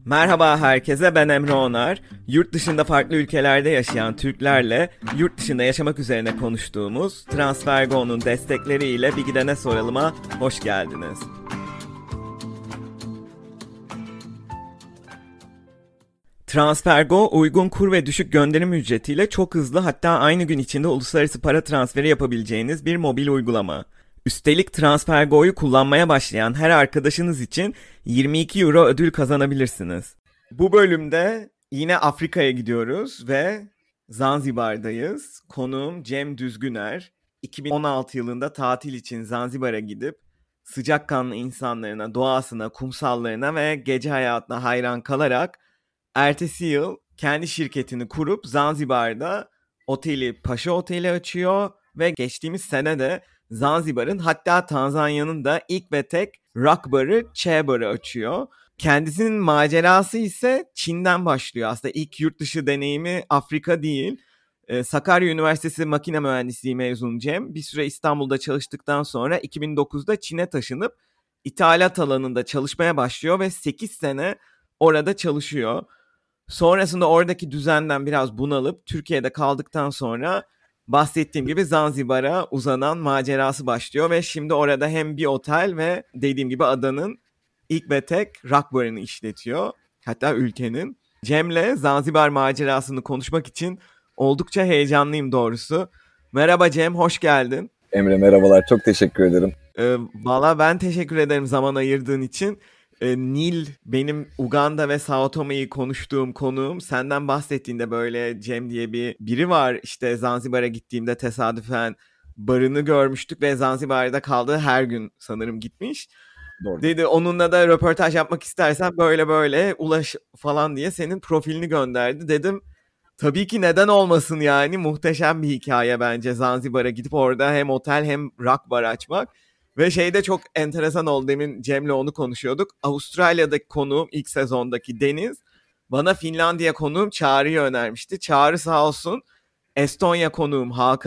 Merhaba herkese, ben Emre Onar. Yurt dışında farklı ülkelerde yaşayan Türklerle yurt dışında yaşamak üzerine konuştuğumuz TransferGo'nun destekleriyle Bir Gidene Soralıma hoş geldiniz. TransferGo uygun kur ve düşük gönderim ücretiyle çok hızlı, hatta aynı gün içinde uluslararası para transferi yapabileceğiniz bir mobil uygulama. Üstelik TransferGo'yu kullanmaya başlayan her arkadaşınız için 22 euro ödül kazanabilirsiniz. Bu bölümde yine Afrika'ya gidiyoruz ve Zanzibar'dayız. Konuğum Cem Düzgüner. 2016 yılında tatil için Zanzibar'a gidip sıcakkanlı insanlarına, doğasına, kumsallarına ve gece hayatına hayran kalarak ertesi yıl kendi şirketini kurup Zanzibar'da oteli Paşa Oteli açıyor ve geçtiğimiz sene de Zanzibar'ın, hatta Tanzanya'nın da ilk ve tek rock barı Che Bar'ı açıyor. Kendisinin macerası ise Çin'den başlıyor. Aslında ilk yurt dışı deneyimi Afrika değil. Sakarya Üniversitesi Makine Mühendisliği mezunu Cem bir süre İstanbul'da çalıştıktan sonra 2009'da Çin'e taşınıp ithalat alanında çalışmaya başlıyor ve 8 sene orada çalışıyor. Sonrasında oradaki düzenden biraz bunalıp Türkiye'de kaldıktan sonra bahsettiğim gibi Zanzibar'a uzanan macerası başlıyor ve şimdi orada hem bir otel ve dediğim gibi adanın ilk ve tek rock barını işletiyor. Hatta ülkenin. Cem'le Zanzibar macerasını konuşmak için oldukça heyecanlıyım doğrusu. Merhaba Cem, hoş geldin. Emre merhabalar, çok teşekkür ederim. Valla ben teşekkür ederim zaman ayırdığın için. Nil benim Uganda ve Sao Tome'yi konuştuğum konuğum. Senden bahsettiğinde böyle Cem diye biri var. İşte Zanzibar'a gittiğimde tesadüfen barını görmüştük ve Zanzibar'da kaldığı her gün sanırım gitmiş. Doğru. Dedi onunla da röportaj yapmak istersen böyle böyle ulaş falan diye senin profilini gönderdi. Dedim tabii ki, neden olmasın yani, muhteşem bir hikaye bence Zanzibar'a gidip orada hem otel hem rock bar açmak. Ve şey de çok enteresan oldu, demin Cem'le onu konuşuyorduk. Avustralya'daki konuğum ilk sezondaki Deniz bana Finlandiya konuğum Çağrı'yı önermişti. Çağrı sağ olsun Estonya konuğum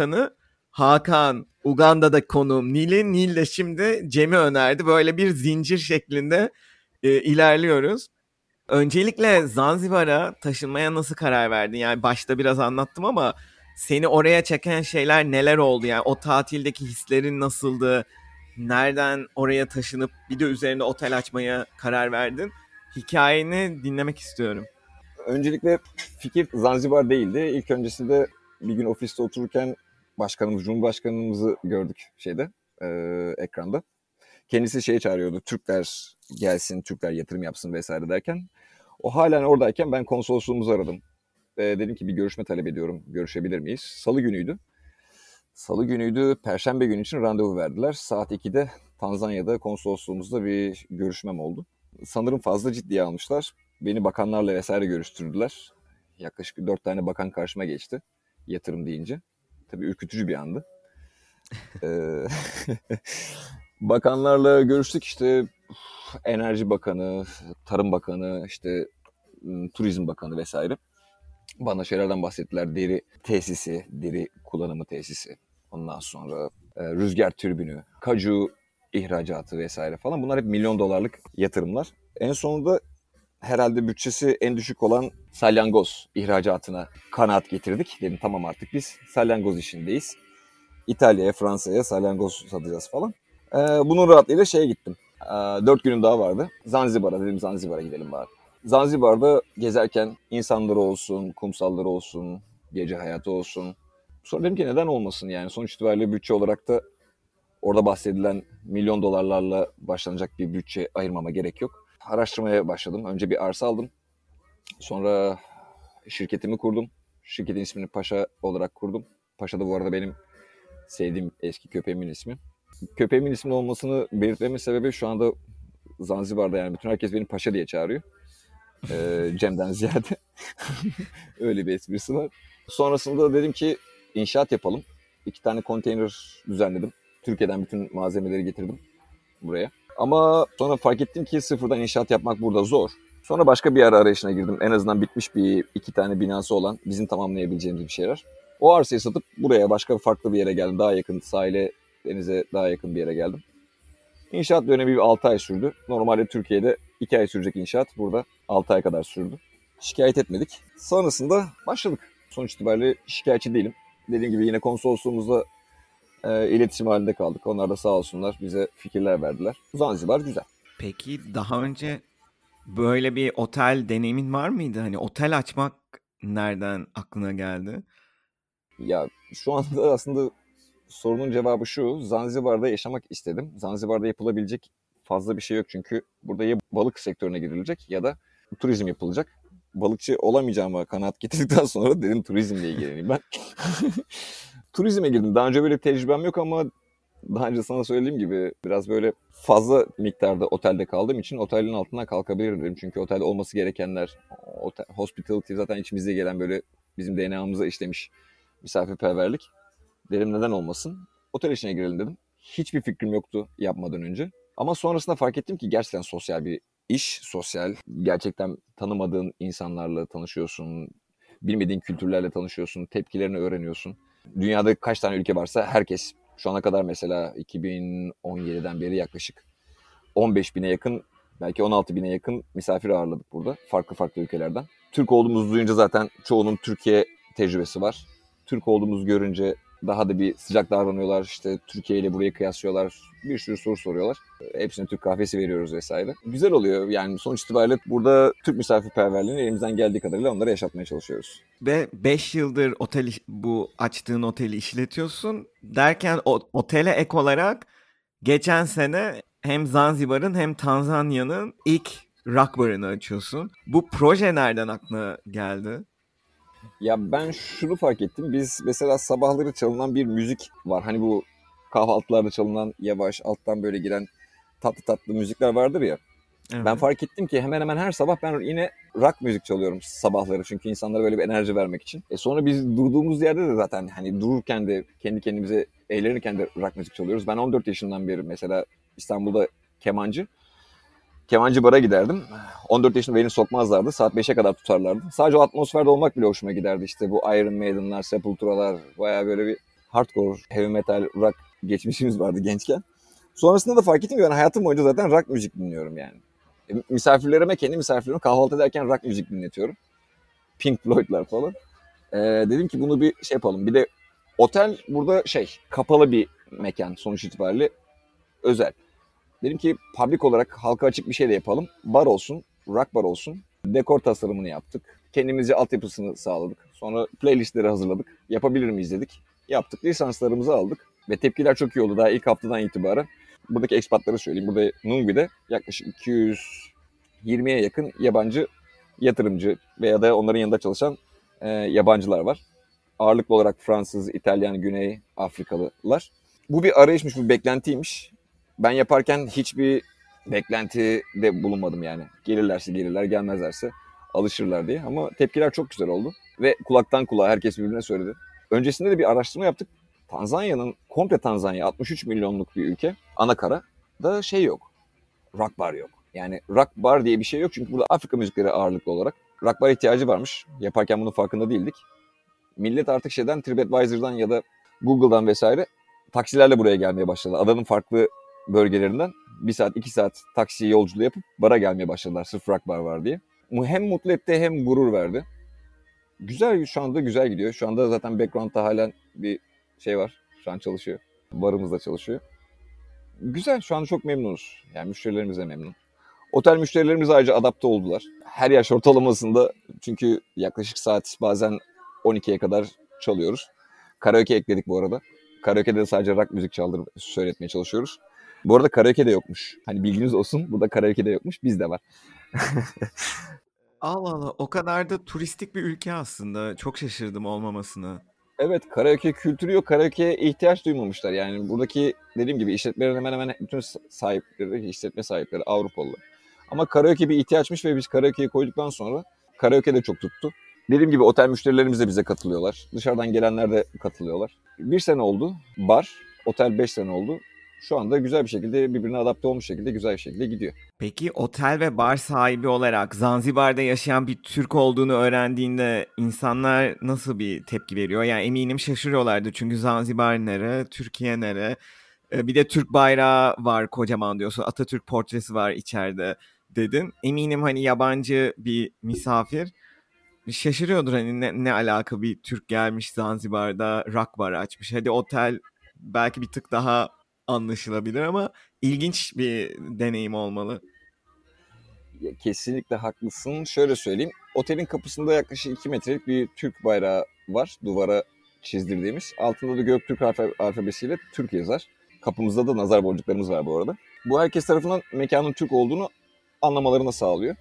Hakan Uganda'daki konuğum Nil de şimdi Cem'i önerdi. Böyle bir zincir şeklinde ilerliyoruz. Öncelikle Zanzibar'a taşınmaya nasıl karar verdin? Yani başta biraz anlattım ama seni oraya çeken şeyler neler oldu? Yani o tatildeki hislerin nasıldı? Nereden oraya taşınıp bir de üzerine otel açmaya karar verdin? Hikayeni dinlemek istiyorum. Öncelikle fikir Zanzibar değildi. İlk öncesinde bir gün ofiste otururken Cumhurbaşkanımızı gördük ekranda. Kendisi çağırıyordu, Türkler gelsin, Türkler yatırım yapsın vesaire derken. O halen oradayken ben konsolosluğumuzu aradım. Dedim ki bir görüşme talep ediyorum, görüşebilir miyiz? Salı günüydü, Perşembe günü için randevu verdiler. Saat 2'de Tanzanya'da konsolosluğumuzda bir görüşmem oldu. Sanırım fazla ciddiye almışlar. Beni bakanlarla vesaire görüştürdüler. Yaklaşık 4 tane bakan karşıma geçti yatırım deyince. Tabii ürkütücü bir andı. Bakanlarla görüştük, işte Enerji Bakanı, Tarım Bakanı, işte Turizm Bakanı vesaire. Bana şeylerden bahsettiler. Deri kullanımı tesisi. Ondan sonra rüzgar türbünü, kaju ihracatı vesaire falan. Bunlar hep milyon dolarlık yatırımlar. En sonunda herhalde bütçesi en düşük olan salyangoz ihracatına kanaat getirdik. Dedim tamam, artık biz salyangoz işindeyiz. İtalya'ya, Fransa'ya salyangoz satacağız falan. Bunun rahatlığıyla gittim. 4 günüm daha vardı. Zanzibar'a gidelim bari. Zanzibar'da gezerken insanları olsun, kumsalları olsun, gece hayatı olsun. Sonra dedim ki neden olmasın yani. Sonuç itibariyle bütçe olarak da orada bahsedilen milyon dolarlarla başlanacak bir bütçe ayırmama gerek yok. Araştırmaya başladım. Önce bir arsa aldım. Sonra şirketimi kurdum. Şirketin ismini Paşa olarak kurdum. Paşa da bu arada benim sevdiğim eski köpeğimin ismi. Köpeğimin ismi olmasını belirtmemin sebebi, şu anda Zanzibar'da yani bütün herkes beni Paşa diye çağırıyor. Cem'den ziyade. Öyle bir esprisi var. Sonrasında dedim ki inşaat yapalım. 2 tane konteyner düzenledim. Türkiye'den bütün malzemeleri getirdim buraya. Ama sonra fark ettim ki sıfırdan inşaat yapmak burada zor. Sonra başka bir yer arayışına girdim. En azından bitmiş 2 tane binası olan, bizim tamamlayabileceğimiz bir şeyler. O arsayı satıp buraya farklı bir yere geldim. Daha yakın sahile, denize daha yakın bir yere geldim. İnşaat dönemi bir 6 ay sürdü. Normalde Türkiye'de 2 ay sürecek inşaat burada 6 ay kadar sürdü. Şikayet etmedik. Sonrasında başladık. Sonuç itibariyle şikayetçi değilim. Dediğim gibi yine konsolosluğumuzla iletişim halinde kaldık. Onlar da sağ olsunlar bize fikirler verdiler. Zanzibar güzel. Peki daha önce böyle bir otel deneyimin var mıydı? Hani otel açmak nereden aklına geldi? Ya şu anda aslında sorunun cevabı şu. Zanzibar'da yaşamak istedim. Zanzibar'da yapılabilecek fazla bir şey yok çünkü burada ya balık sektörüne girilecek ya da turizm yapılacak. Balıkçı olamayacağıma kanaat getirdikten sonra dedim turizmle ilgileneyim ben. Turizme girdim. Daha önce böyle bir tecrübem yok ama daha önce sana söylediğim gibi biraz böyle fazla miktarda otelde kaldığım için otelin altından kalkabilirim dedim. Çünkü otelde olması gerekenler, hospitality zaten içimizde gelen böyle bizim DNA'mıza işlemiş misafirperverlik. Dedim neden olmasın? Otel işine girelim dedim. Hiçbir fikrim yoktu yapmadan önce. Ama sonrasında fark ettim ki gerçekten sosyal bir iş. Sosyal. Gerçekten tanımadığın insanlarla tanışıyorsun. Bilmediğin kültürlerle tanışıyorsun. Tepkilerini öğreniyorsun. Dünyada kaç tane ülke varsa herkes şu ana kadar mesela 2017'den beri yaklaşık 15 bine yakın belki 16 bine yakın misafir ağırladık burada. Farklı farklı ülkelerden. Türk olduğumuzu duyunca zaten çoğunun Türkiye tecrübesi var. Türk olduğumuzu görünce daha da bir sıcak davranıyorlar. İşte Türkiye ile burayı kıyaslıyorlar. Bir sürü soru soruyorlar. Hepsine Türk kahvesi veriyoruz vesaire. Güzel oluyor. Yani sonuç itibariyle burada Türk misafirperverliğini elimizden geldiği kadarıyla onlara yaşatmaya çalışıyoruz. Ve 5 yıldır bu açtığın oteli işletiyorsun derken otele ek olarak geçen sene hem Zanzibar'ın hem Tanzanya'nın ilk rock barını açıyorsun. Bu proje nereden aklına geldi? Ya ben şunu fark ettim. Biz mesela sabahları çalınan bir müzik var. Hani bu kahvaltılarda çalınan yavaş alttan böyle giren tatlı tatlı müzikler vardır ya. Ben Evet. fark ettim ki hemen hemen her sabah ben yine rock müzik çalıyorum sabahları. Çünkü insanlara böyle bir enerji vermek için. Sonra biz durduğumuz yerde de zaten hani dururken de kendi kendimize eğlenirken de rock müzik çalıyoruz. Ben 14 yaşından beri mesela İstanbul'da kemancı. Kemancı bara giderdim. 14 yaşında beni sokmazlardı. Saat 5'e kadar tutarlardı. Sadece o atmosferde olmak bile hoşuma giderdi. İşte bu Iron Maiden'lar, Sepultura'lar, bayağı böyle bir hardcore, heavy metal, rock geçmişimiz vardı gençken. Sonrasında da fark ettim ki ben hayatım boyunca zaten rock müzik dinliyorum yani. Misafirlerime, kendi misafirlerime kahvaltı ederken rock müzik dinletiyorum. Pink Floyd'lar falan. Dedim ki bunu bir şey yapalım. Bir de otel burada kapalı bir mekan sonuç itibariyle özel. Dedim ki public olarak halka açık bir şey de yapalım. Bar olsun, rock bar olsun. Dekor tasarımını yaptık. Kendimizce altyapısını sağladık. Sonra playlistleri hazırladık. Yapabilir miyiz dedik. Yaptık. Lisanslarımızı aldık. Ve tepkiler çok iyi oldu daha ilk haftadan itibaren. Buradaki ekspatları söyleyeyim. Burada Nungbi'de yaklaşık 220'ye yakın yabancı yatırımcı veya da onların yanında çalışan yabancılar var. Ağırlıklı olarak Fransız, İtalyan, Güney Afrikalılar. Bu bir arayışmış, bir beklentiymiş. Ben yaparken hiçbir beklentide bulunmadım yani. Gelirlerse gelirler, gelmezlerse alışırlar diye. Ama tepkiler çok güzel oldu. Ve kulaktan kulağa herkes birbirine söyledi. Öncesinde de bir araştırma yaptık. Komple Tanzanya 63 milyonluk bir ülke. Anakara da yok. Rock bar yok. Yani rock bar diye bir şey yok. Çünkü burada Afrika müzikleri ağırlıklı olarak. Rock bar ihtiyacı varmış. Yaparken bunun farkında değildik. Millet artık TripAdvisor'dan ya da Google'dan vesaire taksilerle buraya gelmeye başladı. Adanın farklı bölgelerinden 1 saat 2 saat taksi yolculuğu yapıp bara gelmeye başladılar sırf rock bar var diye. Bu hem mutlu etti hem gurur verdi. Güzel, şu anda güzel gidiyor. Şu anda zaten background'da halen bir var. Şu an çalışıyor. Barımız da çalışıyor. Güzel, şu anda çok memnunuz. Yani müşterilerimiz de memnun. Otel müşterilerimiz ayrıca adapte oldular. Her yaş ortalamasında, çünkü yaklaşık saat bazen 12'ye kadar çalıyoruz. Karaoke ekledik bu arada. Karaoke'de de sadece rock müzik söyletmeye çalışıyoruz. Bu arada karaoke de yokmuş. Hani bilginiz olsun, burada karaoke de yokmuş, bizde var. Allah Allah, o kadar da turistik bir ülke aslında. Çok şaşırdım olmamasına. Evet, karaoke kültürü yok. Karaoke'ye ihtiyaç duymamışlar. Yani buradaki dediğim gibi işletmelerin hemen hemen bütün işletme sahipleri Avrupalılar. Ama karaoke bir ihtiyaçmış ve biz karaoke'yi koyduktan sonra karaoke de çok tuttu. Dediğim gibi otel müşterilerimiz de bize katılıyorlar. Dışarıdan gelenler de katılıyorlar. 1 sene oldu bar, otel 5 sene oldu. Şu anda güzel bir şekilde birbirine adapte olmuş şekilde güzel bir şekilde gidiyor. Peki otel ve bar sahibi olarak Zanzibar'da yaşayan bir Türk olduğunu öğrendiğinde insanlar nasıl bir tepki veriyor? Yani eminim şaşırıyorlardı çünkü Zanzibar nere, Türkiye nere? Bir de Türk bayrağı var kocaman diyorsun. Atatürk portresi var içeride. dedin. Eminim hani yabancı bir misafir şaşırıyordur hani ne alaka bir Türk gelmiş Zanzibar'da rock bar açmış. Hadi otel belki bir tık daha anlaşılabilir ama ilginç bir deneyim olmalı. Ya, kesinlikle haklısın. Şöyle söyleyeyim. Otelin kapısında yaklaşık 2 metrelik bir Türk bayrağı var. Duvara çizdirdiğimiz. Altında da Göktürk alfabesiyle Türk yazar. Kapımızda da nazar boncuklarımız var bu arada. Bu herkes tarafından mekanın Türk olduğunu anlamalarını sağlıyor.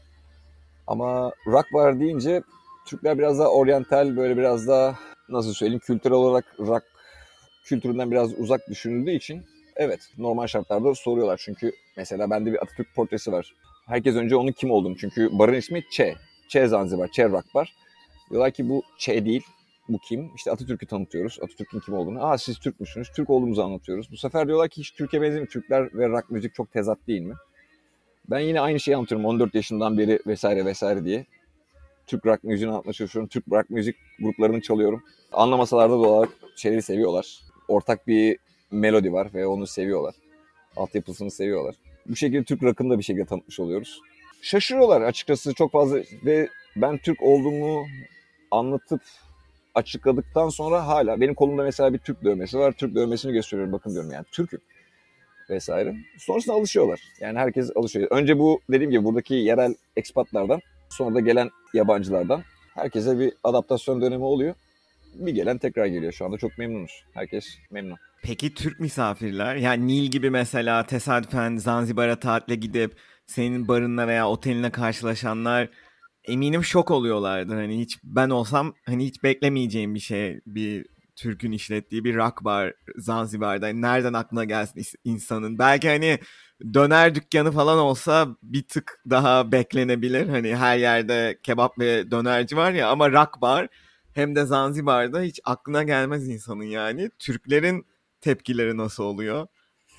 Ama rock bar deyince Türkler biraz daha oryantal, böyle biraz daha nasıl söyleyeyim, kültürel olarak rock kültüründen biraz uzak düşünüldüğü için evet, normal şartlarda soruyorlar. Çünkü mesela bende bir Atatürk portresi var. Herkes önce onun kim olduğunu, çünkü barın ismi Ç. Ç Zanzibar, Ç Rock Bar. Diyorlar ki bu Ç değil, bu kim? İşte Atatürk'ü tanıtıyoruz. Atatürk'ün kim olduğunu. Aa, siz Türk müsünüz? Türk olduğumuzu anlatıyoruz. Bu sefer diyorlar ki hiç Türkiye benzemiyor. Türkler ve rock müzik çok tezat değil mi? Ben yine aynı şeyi anlatıyorum 14 yaşından beri vesaire vesaire diye. Türk rock müziğini anlatmaya çalışıyorum. Türk rock müzik gruplarını çalıyorum. Anlamasalar da doğal olarak şeyleri seviyorlar. Ortak bir melodi var ve onu seviyorlar. Altyapısını seviyorlar. Bu şekilde Türk rock'ını da bir şekilde tanıtmış oluyoruz. Şaşırıyorlar açıkçası çok fazla ve ben Türk olduğumu anlatıp açıkladıktan sonra hala benim kolumda mesela bir Türk dövmesi var. Türk dövmesini gösteriyorum, bakın diyorum, yani Türk'üm vesaire. Sonrasında alışıyorlar. Yani herkes alışıyor. Önce bu dediğim gibi buradaki yerel ekspatlardan, sonra da gelen yabancılardan herkese bir adaptasyon dönemi oluyor. Bir gelen tekrar geliyor. Şu anda çok memnunuz. Herkes memnun. Peki Türk misafirler yani Nil gibi mesela tesadüfen Zanzibar'a tatile gidip senin barınla veya oteline karşılaşanlar eminim şok oluyorlardır. Hani hiç ben olsam hani hiç beklemeyeceğim bir şey bir Türk'ün işlettiği bir rock bar Zanzibar'da. Hani nereden aklına gelsin insanın? Belki hani döner dükkanı falan olsa bir tık daha beklenebilir. Hani her yerde kebap ve dönerci var ya ama rock bar hem de Zanzibar'da hiç aklına gelmez insanın yani. Türklerin tepkileri nasıl oluyor?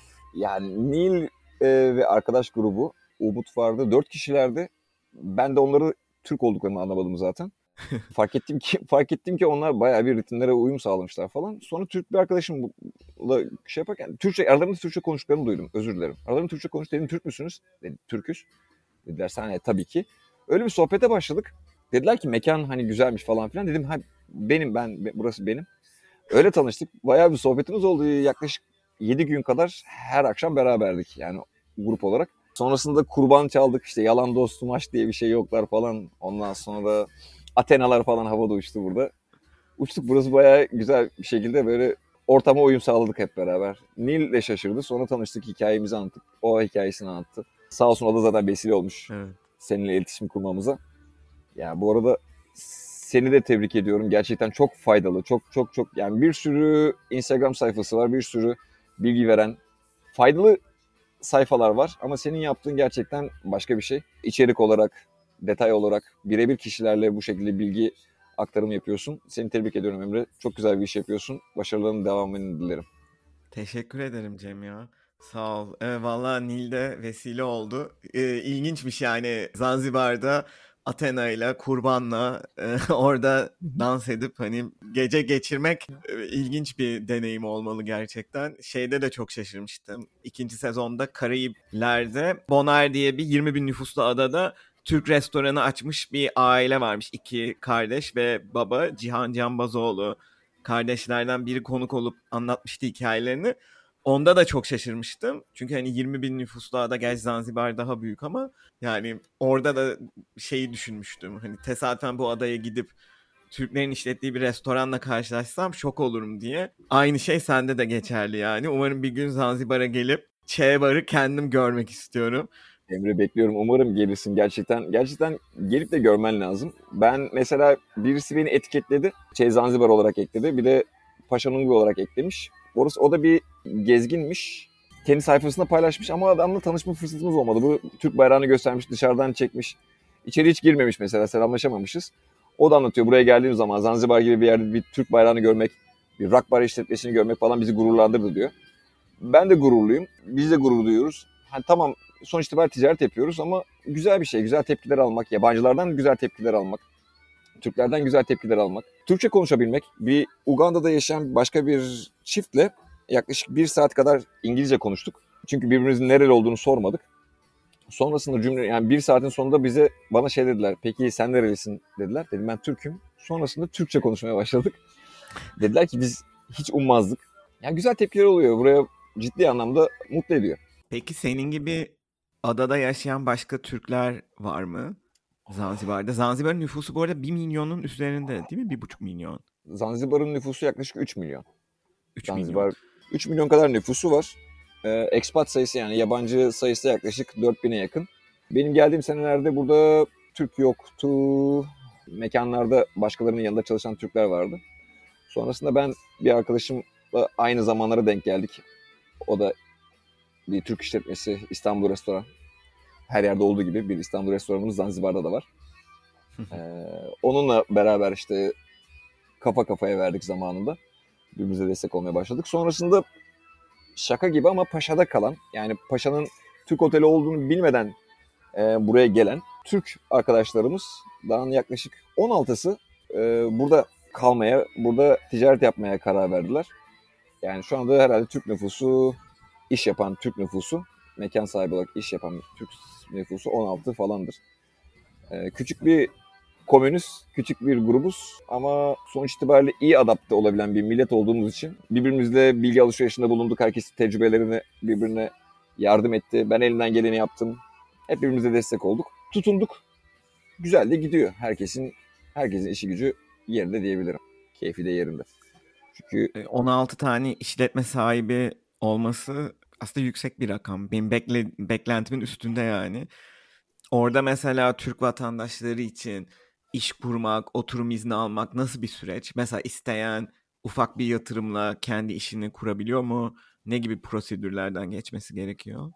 Yani Nil ve arkadaş grubu Umut vardı. 4 kişilerdi. Ben de onları Türk olduklarını anlamadım zaten. Fark ettim ki onlar bayağı bir ritimlere uyum sağlamışlar falan. Sonra Türk bir arkadaşımla şey yaparken aralarında Türkçe konuştuklarını duydum. Özür dilerim. Aralarında Türkçe konuş dedim, Türk müsünüz? Dedim, Türküz. Dediler sen tabii ki. Öyle bir sohbete başladık. Dediler ki mekan hani güzelmiş falan filan. Dedim ha, burası benim. Öyle tanıştık. Bayağı bir sohbetimiz oldu. Yaklaşık 7 gün kadar her akşam beraberdik yani grup olarak. Sonrasında kurban çaldık, işte yalan dostum aşk diye bir şey yoklar falan. Ondan sonra Atenalar falan havada uçtu burada. Uçtuk, burası bayağı güzel bir şekilde böyle ortama uyum sağladık hep beraber. Nil de şaşırdı, sonra tanıştık, hikayemizi anlattık. O hikayesini anlattı. Sağ olsun, o da zaten vesile olmuş Evet. seninle iletişim kurmamıza. Yani bu arada seni de tebrik ediyorum. Gerçekten çok faydalı. Çok çok çok, yani bir sürü Instagram sayfası var. Bir sürü bilgi veren faydalı sayfalar var. Ama senin yaptığın gerçekten başka bir şey. İçerik olarak, detay olarak birebir kişilerle bu şekilde bilgi aktarımı yapıyorsun. Seni tebrik ediyorum Emre. Çok güzel bir iş yapıyorsun. Başarılarının devamını dilerim. Teşekkür ederim Cem ya. Sağ ol. Valla Nil'de vesile oldu. İlginçmiş yani Zanzibar'da Athena ile Kurban'la orada dans edip hani gece geçirmek ilginç bir deneyim olmalı gerçekten. Şeyde de çok şaşırmıştım. İkinci sezonda Karayipler'de Bonaire diye bir 20 bin nüfuslu adada Türk restoranı açmış bir aile varmış. İki kardeş ve baba Cihan Canbazoğlu kardeşlerden biri konuk olup anlatmıştı hikayelerini. Onda da çok şaşırmıştım. Çünkü hani 20 bin nüfuslu ada, gerçi Zanzibar daha büyük ama yani orada da şeyi düşünmüştüm. Hani tesadüfen bu adaya gidip Türklerin işlettiği bir restoranla karşılaşsam şok olurum diye. Aynı şey sende de geçerli yani. Umarım bir gün Zanzibar'a gelip Çebar'ı kendim görmek istiyorum. Emre, bekliyorum. Umarım gelirsin gerçekten. Gerçekten gelip de görmen lazım. Ben mesela birisi beni etiketledi. Zanzibar olarak ekledi. Bir de Paşa Nungu olarak eklemiş. O da bir gezginmiş. Kendi sayfasında paylaşmış ama adamla tanışma fırsatımız olmadı. Bu Türk bayrağını göstermiş, dışarıdan çekmiş. İçeri hiç girmemiş mesela, selamlaşamamışız. O da anlatıyor, buraya geldiğim zaman Zanzibar gibi bir yerde bir Türk bayrağını görmek, bir rock bar işletmesini görmek falan bizi gururlandırdı diyor. Ben de gururluyum. Biz de gurur duyuyoruz. Hani tamam, sonuç itibariyle ticaret yapıyoruz ama güzel bir şey. Güzel tepkiler almak, yabancılardan güzel tepkiler almak, Türklerden güzel tepkiler almak, Türkçe konuşabilmek. Bir Uganda'da yaşayan başka bir çiftle yaklaşık 1 saat kadar İngilizce konuştuk. Çünkü birbirimizin nereli olduğunu sormadık. Sonrasında cümle yani bir saatin sonunda bana şey dediler. Peki sen nerelisin dediler. Dedim ben Türk'üm. Sonrasında Türkçe konuşmaya başladık. Dediler ki biz hiç ummazdık. Yani güzel tepkiler oluyor. Buraya ciddi anlamda mutlu ediyor. Peki senin gibi adada yaşayan başka Türkler var mı? Zanzibar'da. Zanzibar'ın nüfusu bu arada 1 milyonun üzerinde değil mi? 1,5 milyon. Zanzibar'ın nüfusu yaklaşık 3 milyon. 3 milyon. Zanzibar 3 milyon kadar nüfusu var. Expat sayısı yani yabancı sayısı yaklaşık 4.000'e yakın. Benim geldiğim senelerde burada Türk yoktu. Mekanlarda başkalarının yanında çalışan Türkler vardı. Sonrasında ben bir arkadaşımla aynı zamanlara denk geldik. O da bir Türk işletmesi, İstanbul Restoran. Her yerde olduğu gibi bir İstanbul restoranımız Zanzibar'da da var. Onunla beraber işte kafa kafaya verdik zamanında. Birbirimize destek olmaya başladık. Sonrasında şaka gibi ama Paşa'da kalan, yani Paşa'nın Türk oteli olduğunu bilmeden buraya gelen Türk arkadaşlarımızdan yaklaşık 16'sı burada kalmaya, burada ticaret yapmaya karar verdiler. Yani şu anda herhalde Türk nüfusu, iş yapan Türk nüfusu, mekan sahibi olarak iş yapan Türk nüfusu 16 falandır. Küçük bir komünist, küçük bir grubuz ama sonuç itibariyle iyi adapte olabilen bir millet olduğumuz için birbirimizle bilgi alışverişinde bulunduk. Herkes tecrübelerini birbirine yardım etti. Ben elimden geleni yaptım. Hep birbirimize destek olduk. Tutunduk. Güzel de gidiyor. Herkesin işi gücü yerinde diyebilirim. Keyfi de yerinde. Çünkü 16 tane işletme sahibi olması aslında yüksek bir rakam. Benim beklentimin üstünde yani. Orada mesela Türk vatandaşları için iş kurmak, oturum izni almak nasıl bir süreç? Mesela isteyen ufak bir yatırımla kendi işini kurabiliyor mu? Ne gibi prosedürlerden geçmesi gerekiyor?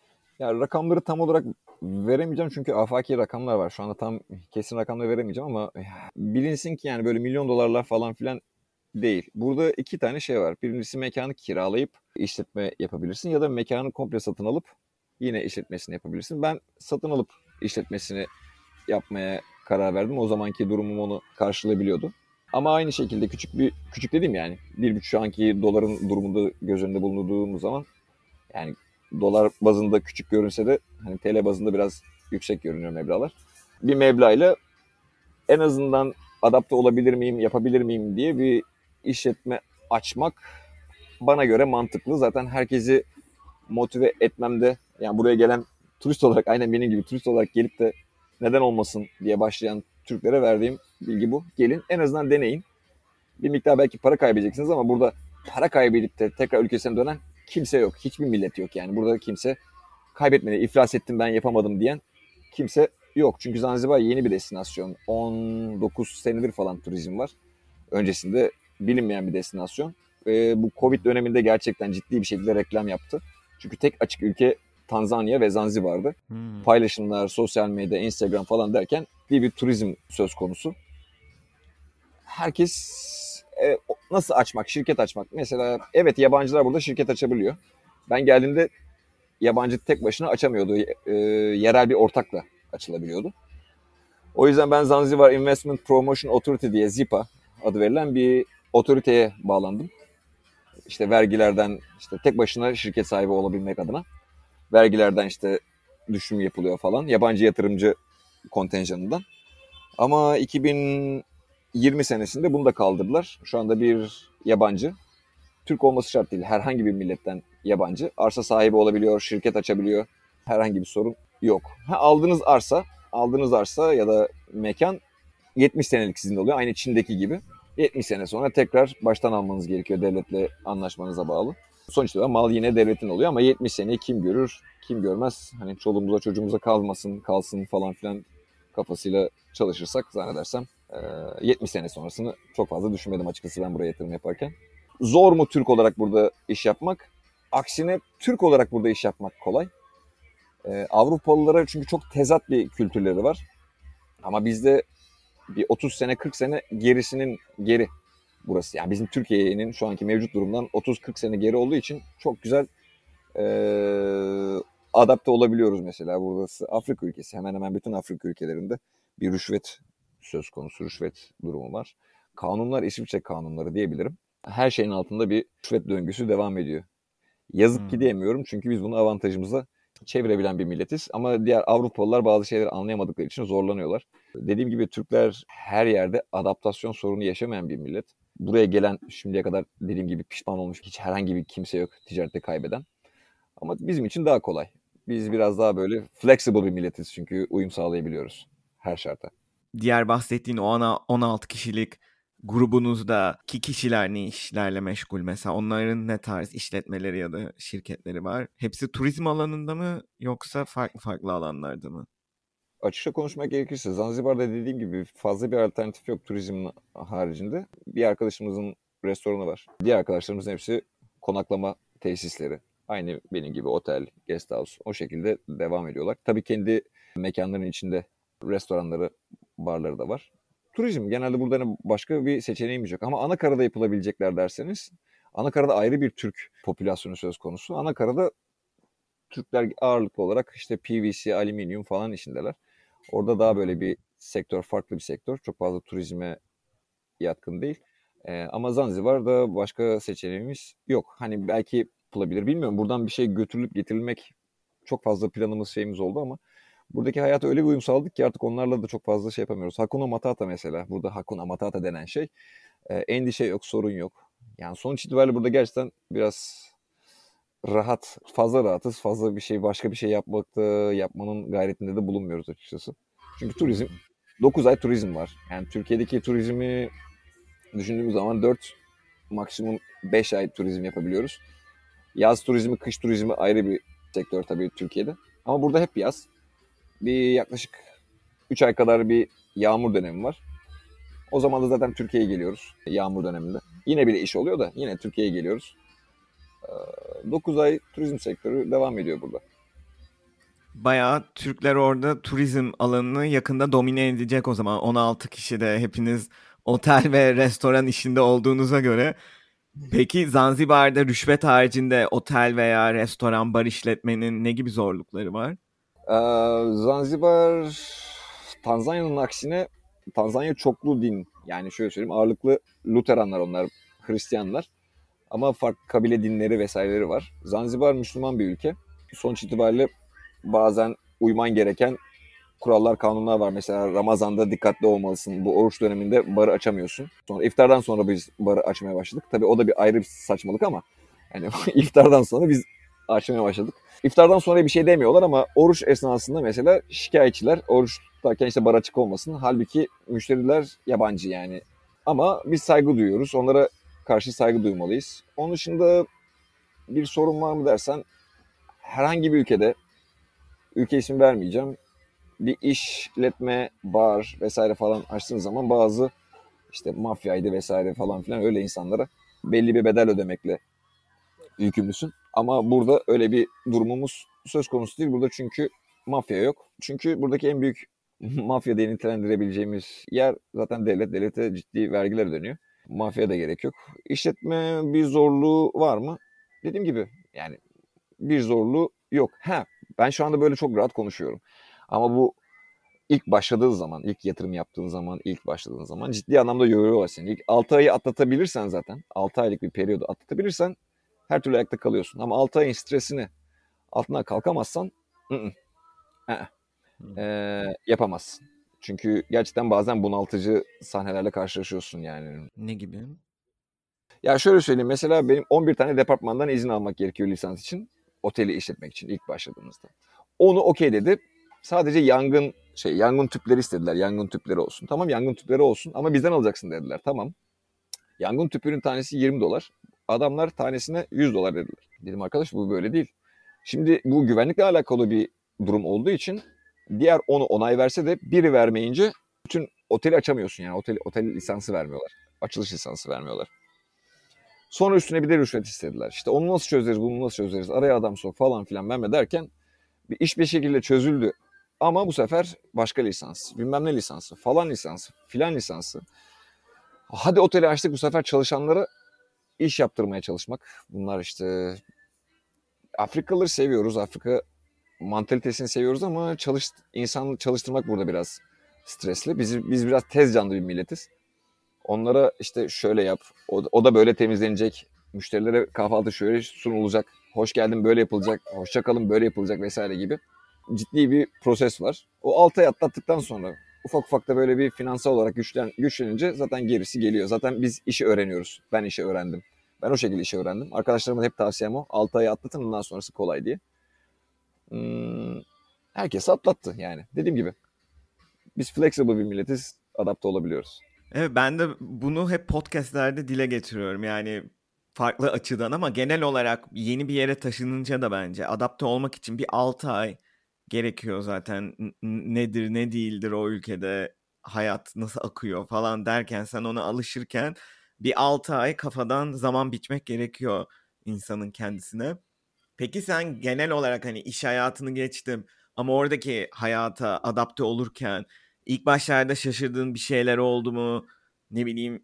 ya rakamları tam olarak veremeyeceğim çünkü afaki rakamlar var. Şu anda tam kesin rakamları veremeyeceğim ama bilinsin ki yani böyle milyon dolarlar falan filan değil. Burada iki tane şey var. Birincisi mekanı kiralayıp işletme yapabilirsin ya da mekanı komple satın alıp yine işletmesini yapabilirsin. Ben satın alıp işletmesini yapmaya karar verdim. O zamanki durumum onu karşılayabiliyordu. Ama aynı şekilde küçük dediğim yani bir buçuk şu anki doların durumunda göz önünde bulunduğumuz zaman yani dolar bazında küçük görünse de hani TL bazında biraz yüksek görünüyor meblağlar. Bir meblağıyla en azından adapte olabilir miyim, yapabilir miyim diye bir işletme açmak bana göre mantıklı. Zaten herkesi motive etmemde yani buraya gelen turist olarak aynen benim gibi turist olarak gelip de neden olmasın diye başlayan Türklere verdiğim bilgi bu. Gelin en azından deneyin. Bir miktar belki para kaybedeceksiniz ama burada para kaybedip de tekrar ülkesine dönen kimse yok. Hiçbir millet yok yani. Burada kimse kaybetmedi, iflas ettim ben yapamadım diyen kimse yok. Çünkü Zanzibar yeni bir destinasyon. 19 senedir falan turizm var. Öncesinde bilinmeyen bir destinasyon. Bu Covid döneminde gerçekten ciddi bir şekilde reklam yaptı. Çünkü tek açık ülke Tanzanya ve Zanzibar'dı. Hmm. Paylaşımlar, sosyal medya, Instagram falan derken bir turizm söz konusu. Herkes nasıl açmak, şirket açmak. Mesela evet yabancılar burada şirket açabiliyor. Ben geldiğimde yabancı tek başına açamıyordu. Yerel bir ortakla açılabiliyordu. O yüzden ben Zanzibar Investment Promotion Authority diye ZIPA adı verilen bir otoriteye bağlandım. İşte vergilerden işte tek başına şirket sahibi olabilmek adına vergilerden işte düşüm yapılıyor falan. Yabancı yatırımcı kontenjanından. Ama 2020 senesinde bunu da kaldırdılar. Şu anda bir yabancı, Türk olması şart değil, herhangi bir milletten yabancı arsa sahibi olabiliyor, şirket açabiliyor. Herhangi bir sorun yok. Aldığınız arsa ya da mekan 70 senelik sizin oluyor. Aynı Çin'deki gibi. 70 sene sonra tekrar baştan almanız gerekiyor devletle anlaşmanıza bağlı. Sonuçta mal yine devletin oluyor ama 70 seneyi kim görür, kim görmez. Hani çoluğumuza çocuğumuza kalsın falan filan kafasıyla çalışırsak zannedersem 70 sene sonrasını çok fazla düşünmedim açıkçası ben buraya yatırım yaparken. Zor mu Türk olarak burada iş yapmak? Aksine Türk olarak burada iş yapmak kolay. Avrupalılara çünkü çok tezat bir kültürleri var. Ama bizde bir 30 sene 40 sene gerisinin geri burası. Yani bizim Türkiye'nin şu anki mevcut durumdan 30-40 sene geri olduğu için çok güzel e, adapte olabiliyoruz mesela. Burası Afrika ülkesi. Hemen hemen bütün Afrika ülkelerinde bir rüşvet söz konusu. Rüşvet durumu var. Kanunlar İsviçre kanunları diyebilirim. Her şeyin altında bir rüşvet döngüsü devam ediyor. Yazık ki Hmm. diyemiyorum çünkü biz bunu avantajımıza çevirebilen bir milletiz. Ama diğer Avrupalılar bazı şeyleri anlayamadıkları için zorlanıyorlar. Dediğim gibi Türkler her yerde adaptasyon sorunu yaşamayan bir millet. Buraya gelen şimdiye kadar dediğim gibi pişman olmuş hiç herhangi bir kimse yok ticarette kaybeden. Ama bizim için daha kolay. Biz biraz daha böyle flexible bir milletiz çünkü uyum sağlayabiliyoruz her şarta. Diğer bahsettiğin o 16 kişilik grubunuzdaki kişiler ne işlerle meşgul mesela? Onların ne tarz işletmeleri ya da şirketleri var? Hepsi turizm alanında mı yoksa farklı farklı alanlarda mı? Açıkça konuşmak gerekirse Zanzibar'da dediğim gibi fazla bir alternatif yok turizm haricinde. Bir arkadaşımızın restoranı var. Diğer arkadaşlarımızın hepsi konaklama tesisleri. Aynı benim gibi otel, guest house o şekilde devam ediyorlar. Tabii kendi mekanların içinde restoranları, barları da var. Turizm genelde burada hani başka bir seçeneğimiz yok. Ama Anakara'da yapılabilecekler derseniz Anakara'da ayrı bir Türk popülasyonu söz konusu. Anakara'da Türkler ağırlıklı olarak işte PVC, alüminyum falan işindeler. Orada daha böyle bir sektör, farklı bir sektör. Çok fazla turizme yatkın değil. Ama Zanzibar'da başka seçeneğimiz yok. Hani belki yapılabilir bilmiyorum. Buradan bir şey götürülüp getirilmek çok fazla planımız şeyimiz oldu ama buradaki hayata öyle bir uyum sağladık ki artık onlarla da çok fazla şey yapamıyoruz. Hakuna Matata mesela. Burada Hakuna Matata denen şey. Endişe yok, sorun yok. Yani sonuç itibariyle burada gerçekten biraz rahat, fazla rahatız. Fazla bir şey, başka bir şey yapmanın gayretinde de bulunmuyoruz açıkçası. Çünkü turizm, 9 ay turizm var. Yani Türkiye'deki turizmi düşündüğümüz zaman 4, maksimum 5 ay turizm yapabiliyoruz. Yaz turizmi, kış turizmi ayrı bir sektör tabii Türkiye'de. Ama burada hep yaz. Bir yaklaşık 3 ay kadar bir yağmur dönemi var. O zaman da zaten Türkiye'ye geliyoruz yağmur döneminde. Yine bile iş oluyor da yine Türkiye'ye geliyoruz. 9 ay turizm sektörü devam ediyor burada. Bayağı Türkler orada turizm alanını yakında domine edecek o zaman. 16 kişi de hepiniz otel ve restoran işinde olduğunuza göre. Peki Zanzibar'da rüşvet haricinde otel veya restoran, bar işletmenin ne gibi zorlukları var? Zanzibar, Tanzanya'nın aksine Tanzanya çoklu din. Yani şöyle söyleyeyim ağırlıklı Luteranlar onlar, Hristiyanlar. Ama farklı kabile dinleri vesaireleri var. Zanzibar Müslüman bir ülke. Sonuç itibariyle bazen uyman gereken kurallar, kanunlar var. Mesela Ramazan'da dikkatli olmalısın. Bu oruç döneminde barı açamıyorsun. Sonra iftardan sonra biz barı açmaya başladık. Tabii o da bir ayrı bir saçmalık ama yani iftardan sonra biz açmaya başladık. İftardan sonra bir şey demiyorlar ama oruç esnasında mesela şikayetçiler oruç tutarken işte bar açık olmasın. Halbuki müşteriler yabancı yani. Ama biz saygı duyuyoruz. Onlara karşı saygı duymalıyız. Onun dışında bir sorun var mı dersen herhangi bir ülkede, ülke ismi vermeyeceğim, bir işletme, bar vesaire falan açtığın zaman bazı işte mafyaydı vesaire falan filan öyle insanlara belli bir bedel ödemekle yükümlüsün. Ama burada öyle bir durumumuz söz konusu değil. Burada çünkü mafya yok. Çünkü buradaki en büyük mafya diye nitelendirebileceğimiz yer zaten devlet. Devlete ciddi vergiler ödeniyor. Mafya da gerek yok. İşletme bir zorluğu var mı? Dediğim gibi yani bir zorluğu yok. Ben şu anda böyle çok rahat konuşuyorum. Ama bu ilk başladığın zaman, ilk yatırım yaptığın zaman, ilk başladığın zaman ciddi anlamda yoruyorlar seni. İlk 6 ayı atlatabilirsen zaten, 6 aylık bir periyodu atlatabilirsen her türlü ayakta kalıyorsun. Ama 6 ayın stresini altından kalkamazsan ı-ı, ı-ı, yapamazsın. Çünkü gerçekten bazen bunaltıcı sahnelerle karşılaşıyorsun yani. Ne gibi? Ya şöyle söyleyeyim mesela benim 11 tane departmandan izin almak gerekiyor lisans için. Oteli işletmek için ilk başladığımızda. Onu okey dedi. Sadece yangın tüpleri istediler. Yangın tüpleri olsun. Tamam yangın tüpleri olsun ama bizden alacaksın dediler. Tamam. Yangın tüpünün tanesi 20 dolar. Adamlar tanesine 100 dolar dediler. Dedim arkadaş bu böyle değil. Şimdi bu güvenlikle alakalı bir durum olduğu için diğer onu onay verse de biri vermeyince bütün oteli açamıyorsun yani. Otel lisansı vermiyorlar. Açılış lisansı vermiyorlar. Sonra üstüne bir de rüşvet istediler. İşte onu nasıl çözeriz, bunu nasıl çözeriz, araya adam sok falan filan ben derken bir iş bir şekilde çözüldü. Ama bu sefer başka lisans, bilmem ne lisansı, falan lisansı, filan lisansı. Hadi oteli açtık bu sefer çalışanlara iş yaptırmaya çalışmak. Bunlar işte Afrikalıları seviyoruz, Afrika mantalitesini seviyoruz ama insan çalıştırmak burada biraz stresli. Biz biraz tez canlı bir milletiz. Onlara işte şöyle yap, o da böyle temizlenecek, müşterilere kahvaltı şöyle sunulacak hoş geldin böyle yapılacak, hoşça kalın böyle yapılacak vesaire gibi ciddi bir proses var. O 6 ay atlattıktan sonra ufak ufak da böyle bir finansal olarak güçlenince zaten gerisi geliyor. Zaten biz işi öğreniyoruz. Ben işi öğrendim. Ben o şekilde işi öğrendim. Arkadaşlarıma hep tavsiyem o. 6 ayı atlatın, ondan sonrası kolay diye. Hmm, herkes atlattı yani. Dediğim gibi biz flexible bir milletiz. Adapte olabiliyoruz. Evet, ben de bunu hep podcastlerde dile getiriyorum. Yani farklı açıdan ama genel olarak yeni bir yere taşınınca da bence adapte olmak için bir 6 ay gerekiyor zaten. Nedir ne değildir o ülkede, hayat nasıl akıyor falan derken sen ona alışırken bir 6 ay kafadan zaman biçmek gerekiyor insanın kendisine. Peki sen genel olarak hani iş hayatını geçtim ama oradaki hayata adapte olurken ilk başlarda şaşırdığın bir şeyler oldu mu? Ne bileyim,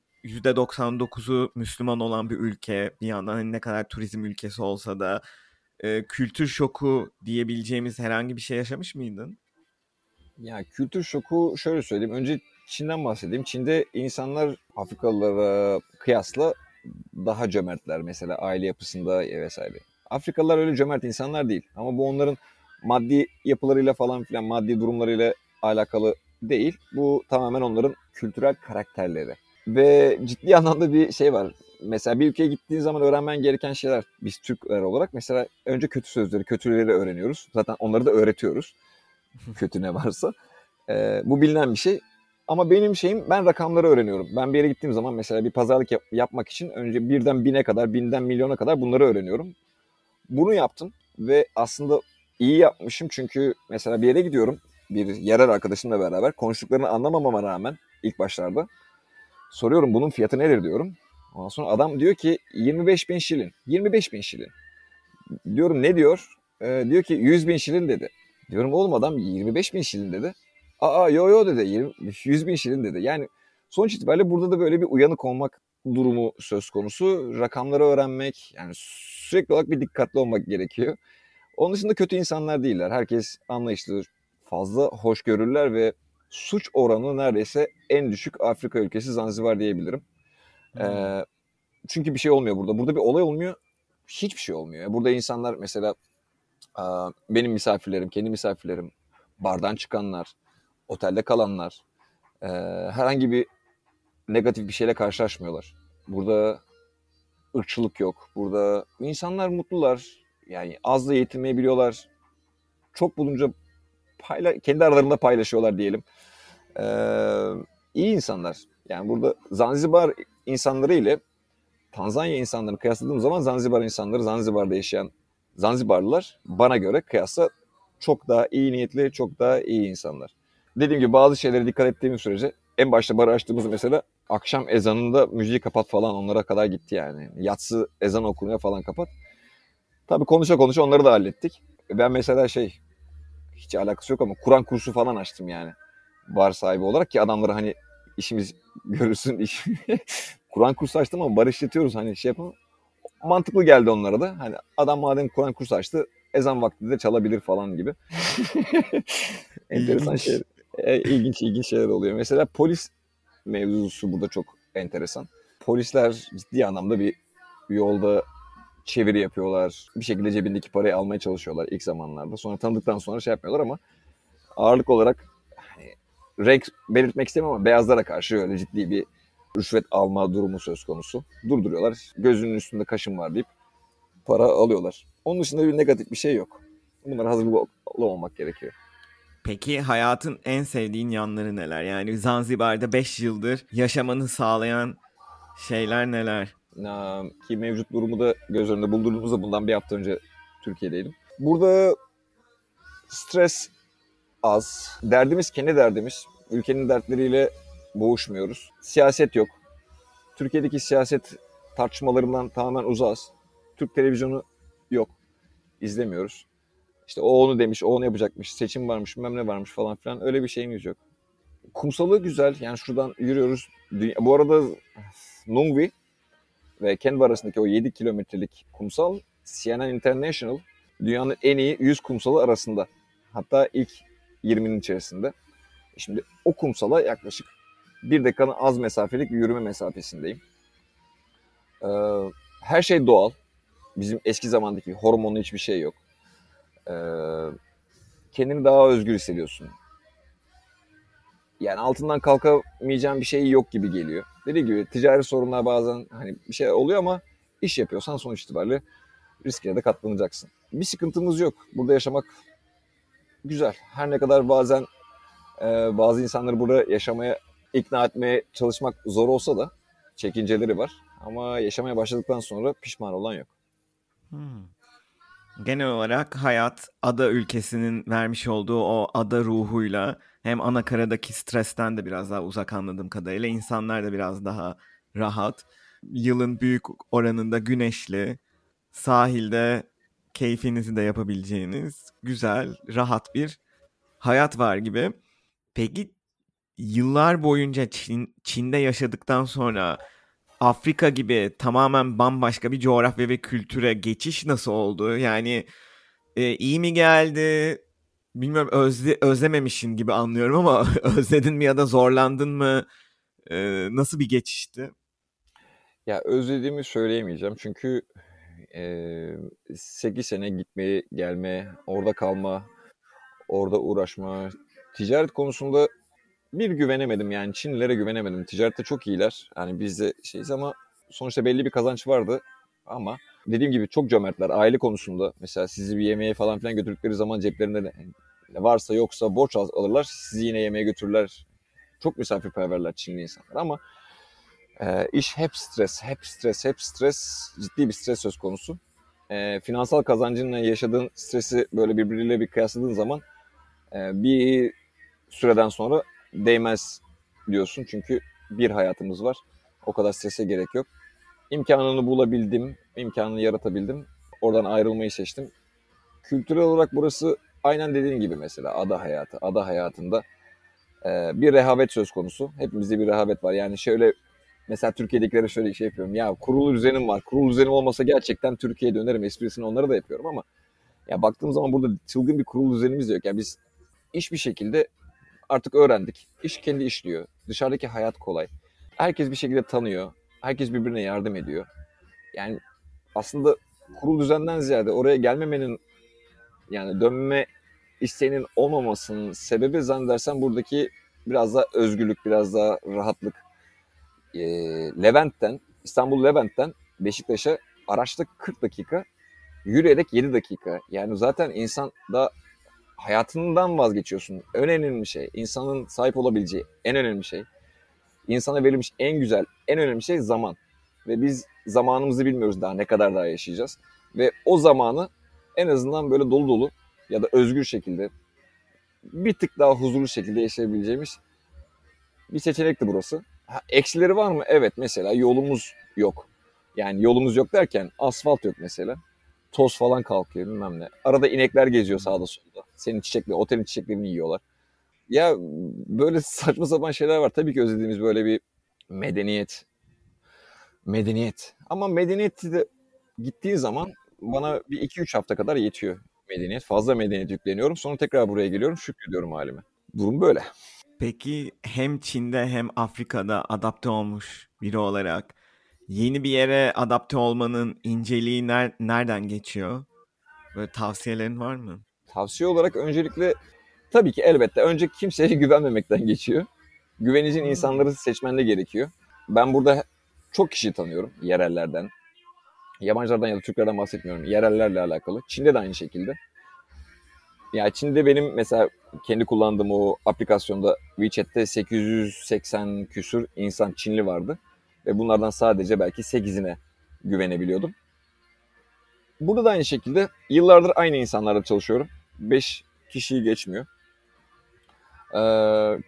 %99'u Müslüman olan bir ülke, bir yandan hani ne kadar turizm ülkesi olsa da kültür şoku diyebileceğimiz herhangi bir şey yaşamış mıydın? Ya kültür şoku şöyle söyleyeyim. Önce Çin'den bahsedeyim. Çin'de insanlar Afrikalılara kıyasla daha cömertler mesela aile yapısında vesaire. Afrikalılar öyle cömert insanlar değil. Ama bu onların maddi yapılarıyla falan filan maddi durumlarıyla alakalı değil. Bu tamamen onların kültürel karakterleri. Ve ciddi anlamda bir şey var. Mesela bir ülkeye gittiğin zaman öğrenmen gereken şeyler biz Türkler olarak mesela önce kötü sözleri, kötüleri öğreniyoruz. Zaten onları da öğretiyoruz. Kötü ne varsa. Bu bilinen bir şey. Ama benim şeyim ben rakamları öğreniyorum. Ben bir yere gittiğim zaman mesela bir pazarlık yapmak için önce birden bine kadar, binden milyona kadar bunları öğreniyorum. Bunu yaptım ve aslında iyi yapmışım çünkü mesela bir yere gidiyorum bir yerel arkadaşımla beraber konuştuklarını anlamamama rağmen ilk başlarda soruyorum bunun fiyatı nedir diyorum. Ondan sonra adam diyor ki 25 bin şilin. 25 bin şilin. Diyorum ne diyor? Diyor ki 100 bin şilin dedi. Diyorum oğlum adam 25 bin şilin dedi. Aa yo yo dedi 100 bin şilin dedi. Yani sonuç itibariyle burada da böyle bir uyanık olmak durumu söz konusu. Rakamları öğrenmek yani sürekli olarak bir dikkatli olmak gerekiyor. Onun dışında kötü insanlar değiller. Herkes anlayışlı, fazla hoşgörüler ve suç oranı neredeyse en düşük Afrika ülkesi Zanzibar diyebilirim. Hmm. Ee, çünkü bir şey olmuyor burada. Burada bir olay olmuyor. Hiçbir şey olmuyor. Burada insanlar mesela benim misafirlerim, kendi misafirlerim, bardan çıkanlar, otelde kalanlar herhangi bir negatif bir şeyle karşılaşmıyorlar. Burada ırkçılık yok. Burada insanlar mutlular. Yani az da yetinmeyi biliyorlar. Çok bulunca kendi aralarında paylaşıyorlar diyelim. Ee, iyi insanlar. Yani burada Zanzibar insanları ile Tanzanya insanlarını kıyasladığım zaman Zanzibar insanları, Zanzibar'da yaşayan Zanzibarlılar bana göre kıyasla çok daha iyi niyetli, çok daha iyi insanlar. Dediğim gibi bazı şeylere dikkat ettiğimiz sürece en başta barı açtığımız mesela akşam ezanında müziği kapat falan onlara kadar gitti yani. Yatsı ezan okunuyor falan kapat. Tabii konuşa konuşa onları da hallettik. Ben mesela hiç alakası yok ama Kur'an kursu falan açtım yani. Bar sahibi olarak ki adamları hani işimiz görürsün iş. Kur'an kursu açtım ama bar işletiyoruz hani şey yapalım. Mantıklı geldi onlara da. Hani adam madem Kur'an kursu açtı ezan vakti de çalabilir falan gibi. Enteresan şey. İlginç. İlginç şeyler oluyor. Mesela polis mevzusu burada çok enteresan. Polisler ciddi anlamda bir yolda çeviri yapıyorlar. Bir şekilde cebindeki parayı almaya çalışıyorlar ilk zamanlarda. Sonra tanıdıktan sonra şey yapmıyorlar ama ağırlık olarak hani renk belirtmek istemem ama beyazlara karşı öyle ciddi bir rüşvet alma durumu söz konusu. Durduruyorlar. Gözünün üstünde kaşın var deyip para alıyorlar. Onun dışında bir negatif bir şey yok. Bunlara hazırlıklı olmak gerekiyor. Peki hayatın en sevdiğin yanları neler? Yani Zanzibar'da 5 yıldır yaşamanı sağlayan şeyler neler? Ki mevcut durumu da göz önünde bulduğumuzda bundan bir hafta önce Türkiye'deydim. Burada stres az. Derdimiz kendi derdimiz. Ülkenin dertleriyle boğuşmuyoruz. Siyaset yok. Türkiye'deki siyaset tartışmalarından tamamen uzağız. Türk televizyonu yok. İzlemiyoruz. İşte o onu demiş, o onu yapacakmış, seçim varmış, bilmem ne varmış falan filan. Öyle bir şeyimiz yok. Kumsalı güzel. Yani şuradan yürüyoruz. Bu arada Nungvi ve Kenva arasındaki o 7 kilometrelik kumsal CNN International dünyanın en iyi 100 kumsalı arasında. Hatta ilk 20'nin içerisinde. Şimdi o kumsala yaklaşık bir dakikanın az mesafelik bir yürüme mesafesindeyim. Her şey doğal. Bizim eski zamandaki hormonlu hiçbir şey yok. Ee, Kendini daha özgür hissediyorsun. Yani altından kalkamayacağın bir şey yok gibi geliyor. Dediğim gibi ticari sorunlar bazen hani bir şey oluyor ama iş yapıyorsan sonuç itibariyle riskine de katlanacaksın. Bir sıkıntımız yok. Burada yaşamak güzel. Her ne kadar bazen bazı insanları burada yaşamaya ikna etmeye çalışmak zor olsa da çekinceleri var. Ama yaşamaya başladıktan sonra pişman olan yok. Hmm. Genel olarak hayat ada ülkesinin vermiş olduğu o ada ruhuyla hem anakaradaki stresten de biraz daha uzak anladığım kadarıyla insanlar da biraz daha rahat. Yılın büyük oranında güneşli, sahilde keyfinizi de yapabileceğiniz güzel, rahat bir hayat var gibi. Peki yıllar boyunca Çin'de yaşadıktan sonra Afrika gibi tamamen bambaşka bir coğrafya ve kültüre geçiş nasıl oldu? Yani iyi mi geldi? Bilmiyorum özlememişsin gibi anlıyorum ama özledin mi ya da zorlandın mı? Nasıl bir geçişti? Ya özlediğimi söyleyemeyeceğim çünkü 8 sene gitmeye, gelmeye, orada kalma, orada uğraşma. Ticaret konusunda bir güvenemedim yani Çinlilere güvenemedim. Ticarette çok iyiler. Yani biz de şeyiz ama sonuçta belli bir kazanç vardı. Ama dediğim gibi çok cömertler. Aile konusunda mesela sizi bir yemeğe falan filan götürdükleri zaman ceplerinde ne varsa yoksa borç alırlar. Sizi yine yemeğe götürürler. Çok misafirperverler Çinli insanlar ama iş hep stres, hep stres, hep stres. Ciddi bir stres söz konusu. Finansal kazancınla yaşadığın stresi böyle birbiriyle bir kıyasladığın zaman bir süreden sonra değmez diyorsun. Çünkü bir hayatımız var. O kadar strese gerek yok. İmkanını bulabildim, imkanını yaratabildim. Oradan ayrılmayı seçtim. Kültürel olarak burası aynen dediğin gibi mesela ada hayatı. Ada hayatında bir rehavet söz konusu. Hepimizde bir rehavet var. Yani şöyle mesela Türkiye'dekilere şöyle şey yapıyorum. Ya kurulu düzenim var. Kurulu düzenim olmasa gerçekten Türkiye'ye dönerim. Esprisini onlara da yapıyorum ama ya baktığım zaman burada çılgın bir kurulu düzenimiz de yok. Yani biz iş bir şekilde artık öğrendik. İş kendi işliyor. Dışarıdaki hayat kolay. Herkes bir şekilde tanıyor. Herkes birbirine yardım ediyor. Yani aslında kurul düzenden ziyade oraya gelmemenin yani dönme isteğinin olmamasının sebebi zannedersem buradaki biraz daha özgürlük, biraz daha rahatlık. Levent'ten, İstanbul Levent'ten Beşiktaş'a araçta 40 dakika, yürüyerek 7 dakika. Yani zaten insan da hayatından vazgeçiyorsun. En önemli şey, insanın sahip olabileceği en önemli şey, insana verilmiş en güzel, en önemli şey zaman. Ve biz zamanımızı bilmiyoruz daha ne kadar daha yaşayacağız. Ve o zamanı en azından böyle dolu dolu ya da özgür şekilde bir tık daha huzurlu şekilde yaşayabileceğimiz bir seçenekti burası. Ha, eksileri var mı? Evet, mesela yolumuz yok. Yani yolumuz yok derken asfalt yok mesela. Toz falan kalkıyor bilmem ne. Arada inekler geziyor sağda solda. Senin çiçekleri, otelin çiçeklerini yiyorlar. Ya böyle saçma sapan şeyler var. Tabii ki özlediğimiz böyle bir medeniyet. Medeniyet. Ama medeniyeti de gittiği zaman bana bir iki üç hafta kadar yetiyor medeniyet. Fazla medeniyet yükleniyorum. Sonra tekrar buraya geliyorum. Şükrediyorum halime. Durum böyle. Peki hem Çin'de hem Afrika'da adapte olmuş biri olarak yeni bir yere adapte olmanın inceliği nereden geçiyor? Böyle tavsiyelerin var mı? Tavsiye olarak öncelikle tabii ki elbette önce kimseye güvenmemekten geçiyor. Güveneceğin Hmm. insanları seçmen de gerekiyor. Ben burada çok kişi tanıyorum yerellerden. Yabancılardan ya da Türklerden bahsetmiyorum. Yerellerle alakalı. Çin'de de aynı şekilde. Yani Çin'de benim mesela kendi kullandığım o aplikasyonda WeChat'te 880 küsür insan Çinli vardı. Ve bunlardan sadece belki 8'ine güvenebiliyordum. Burada da aynı şekilde yıllardır aynı insanlarla çalışıyorum. 5 kişiyi geçmiyor. Ee,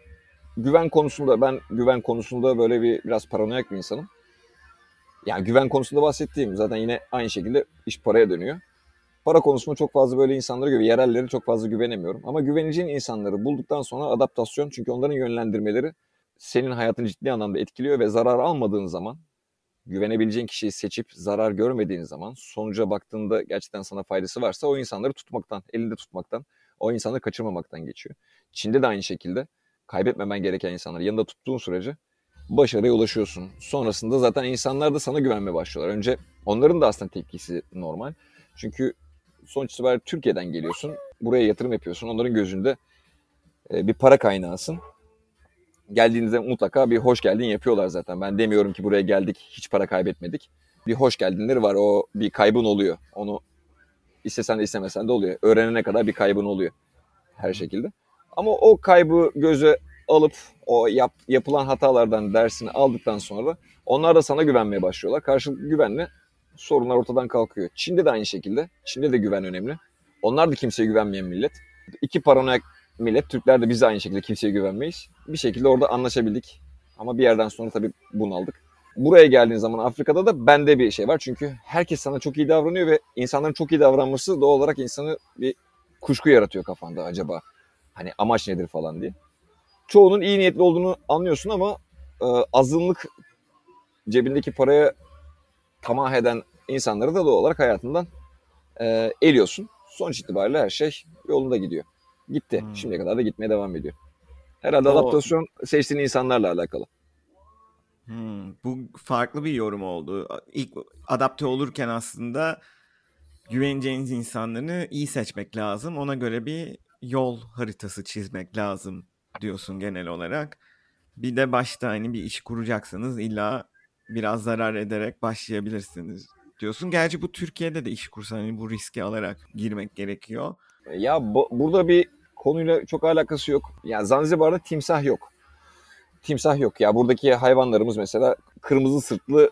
güven konusunda böyle biraz paranoyak bir insanım. Yani güven konusunda bahsettiğim zaten yine aynı şekilde iş paraya dönüyor. Para konusunda çok fazla böyle insanlara göre yerellere çok fazla güvenemiyorum. Ama güveneceğin insanları bulduktan sonra adaptasyon çünkü onların yönlendirmeleri senin hayatını ciddi anlamda etkiliyor ve zarar almadığın zaman güvenebileceğin kişiyi seçip zarar görmediğin zaman sonuca baktığında gerçekten sana faydası varsa o insanları tutmaktan, elinde tutmaktan, o insanları kaçırmamaktan geçiyor. Çin'de de aynı şekilde kaybetmemen gereken insanları yanında tuttuğun sürece başarıya ulaşıyorsun. Sonrasında zaten insanlar da sana güvenmeye başlıyorlar. Önce onların da aslında tepkisi normal. Çünkü sonuç itibariyle Türkiye'den geliyorsun. Buraya yatırım yapıyorsun. Onların gözünde bir para kaynağısın. Geldiğinizde mutlaka bir hoş geldin yapıyorlar zaten. Ben demiyorum ki buraya geldik hiç para kaybetmedik. Bir hoş geldinleri var. O bir kaybın oluyor. Onu istesen de istemesen de oluyor. Öğrenene kadar bir kaybın oluyor her şekilde. Ama o kaybı göze alıp o yapılan hatalardan dersini aldıktan sonra onlar da sana güvenmeye başlıyorlar. Karşılıklı güvenle sorunlar ortadan kalkıyor. Çin'de de aynı şekilde. Çin'de de güven önemli. Onlar da kimseye güvenmeyen millet. İki paranoyak millet. Türkler de biz de aynı şekilde kimseye güvenmeyiz. Bir şekilde orada anlaşabildik. Ama bir yerden sonra tabii bunaldık. Buraya geldiğin zaman Afrika'da da bende bir şey var. Çünkü herkes sana çok iyi davranıyor ve insanların çok iyi davranması doğal olarak insanı bir kuşku yaratıyor kafanda acaba. Hani amaç nedir falan diye. Çoğunun iyi niyetli olduğunu anlıyorsun ama azınlık cebindeki paraya tamah eden insanları da doğal olarak hayatından eliyorsun. Sonuç itibariyle her şey yolunda gidiyor. Gitti. Şimdiye kadar da gitmeye devam ediyor. Herhalde O adaptasyon seçtiğin insanlarla alakalı. Bu farklı bir yorum oldu. İlk adapte olurken aslında güveneceğiniz insanları iyi seçmek lazım. Ona göre bir yol haritası çizmek lazım diyorsun genel olarak. Bir de başta hani bir iş kuracaksanız illa biraz zarar ederek başlayabilirsiniz diyorsun. Gerçi bu Türkiye'de de iş kursan hani bu riski alarak girmek gerekiyor. Ya burada bir konuyla çok alakası yok. Ya Zanzibar'da timsah yok. Timsah yok. Ya buradaki hayvanlarımız mesela kırmızı sırtlı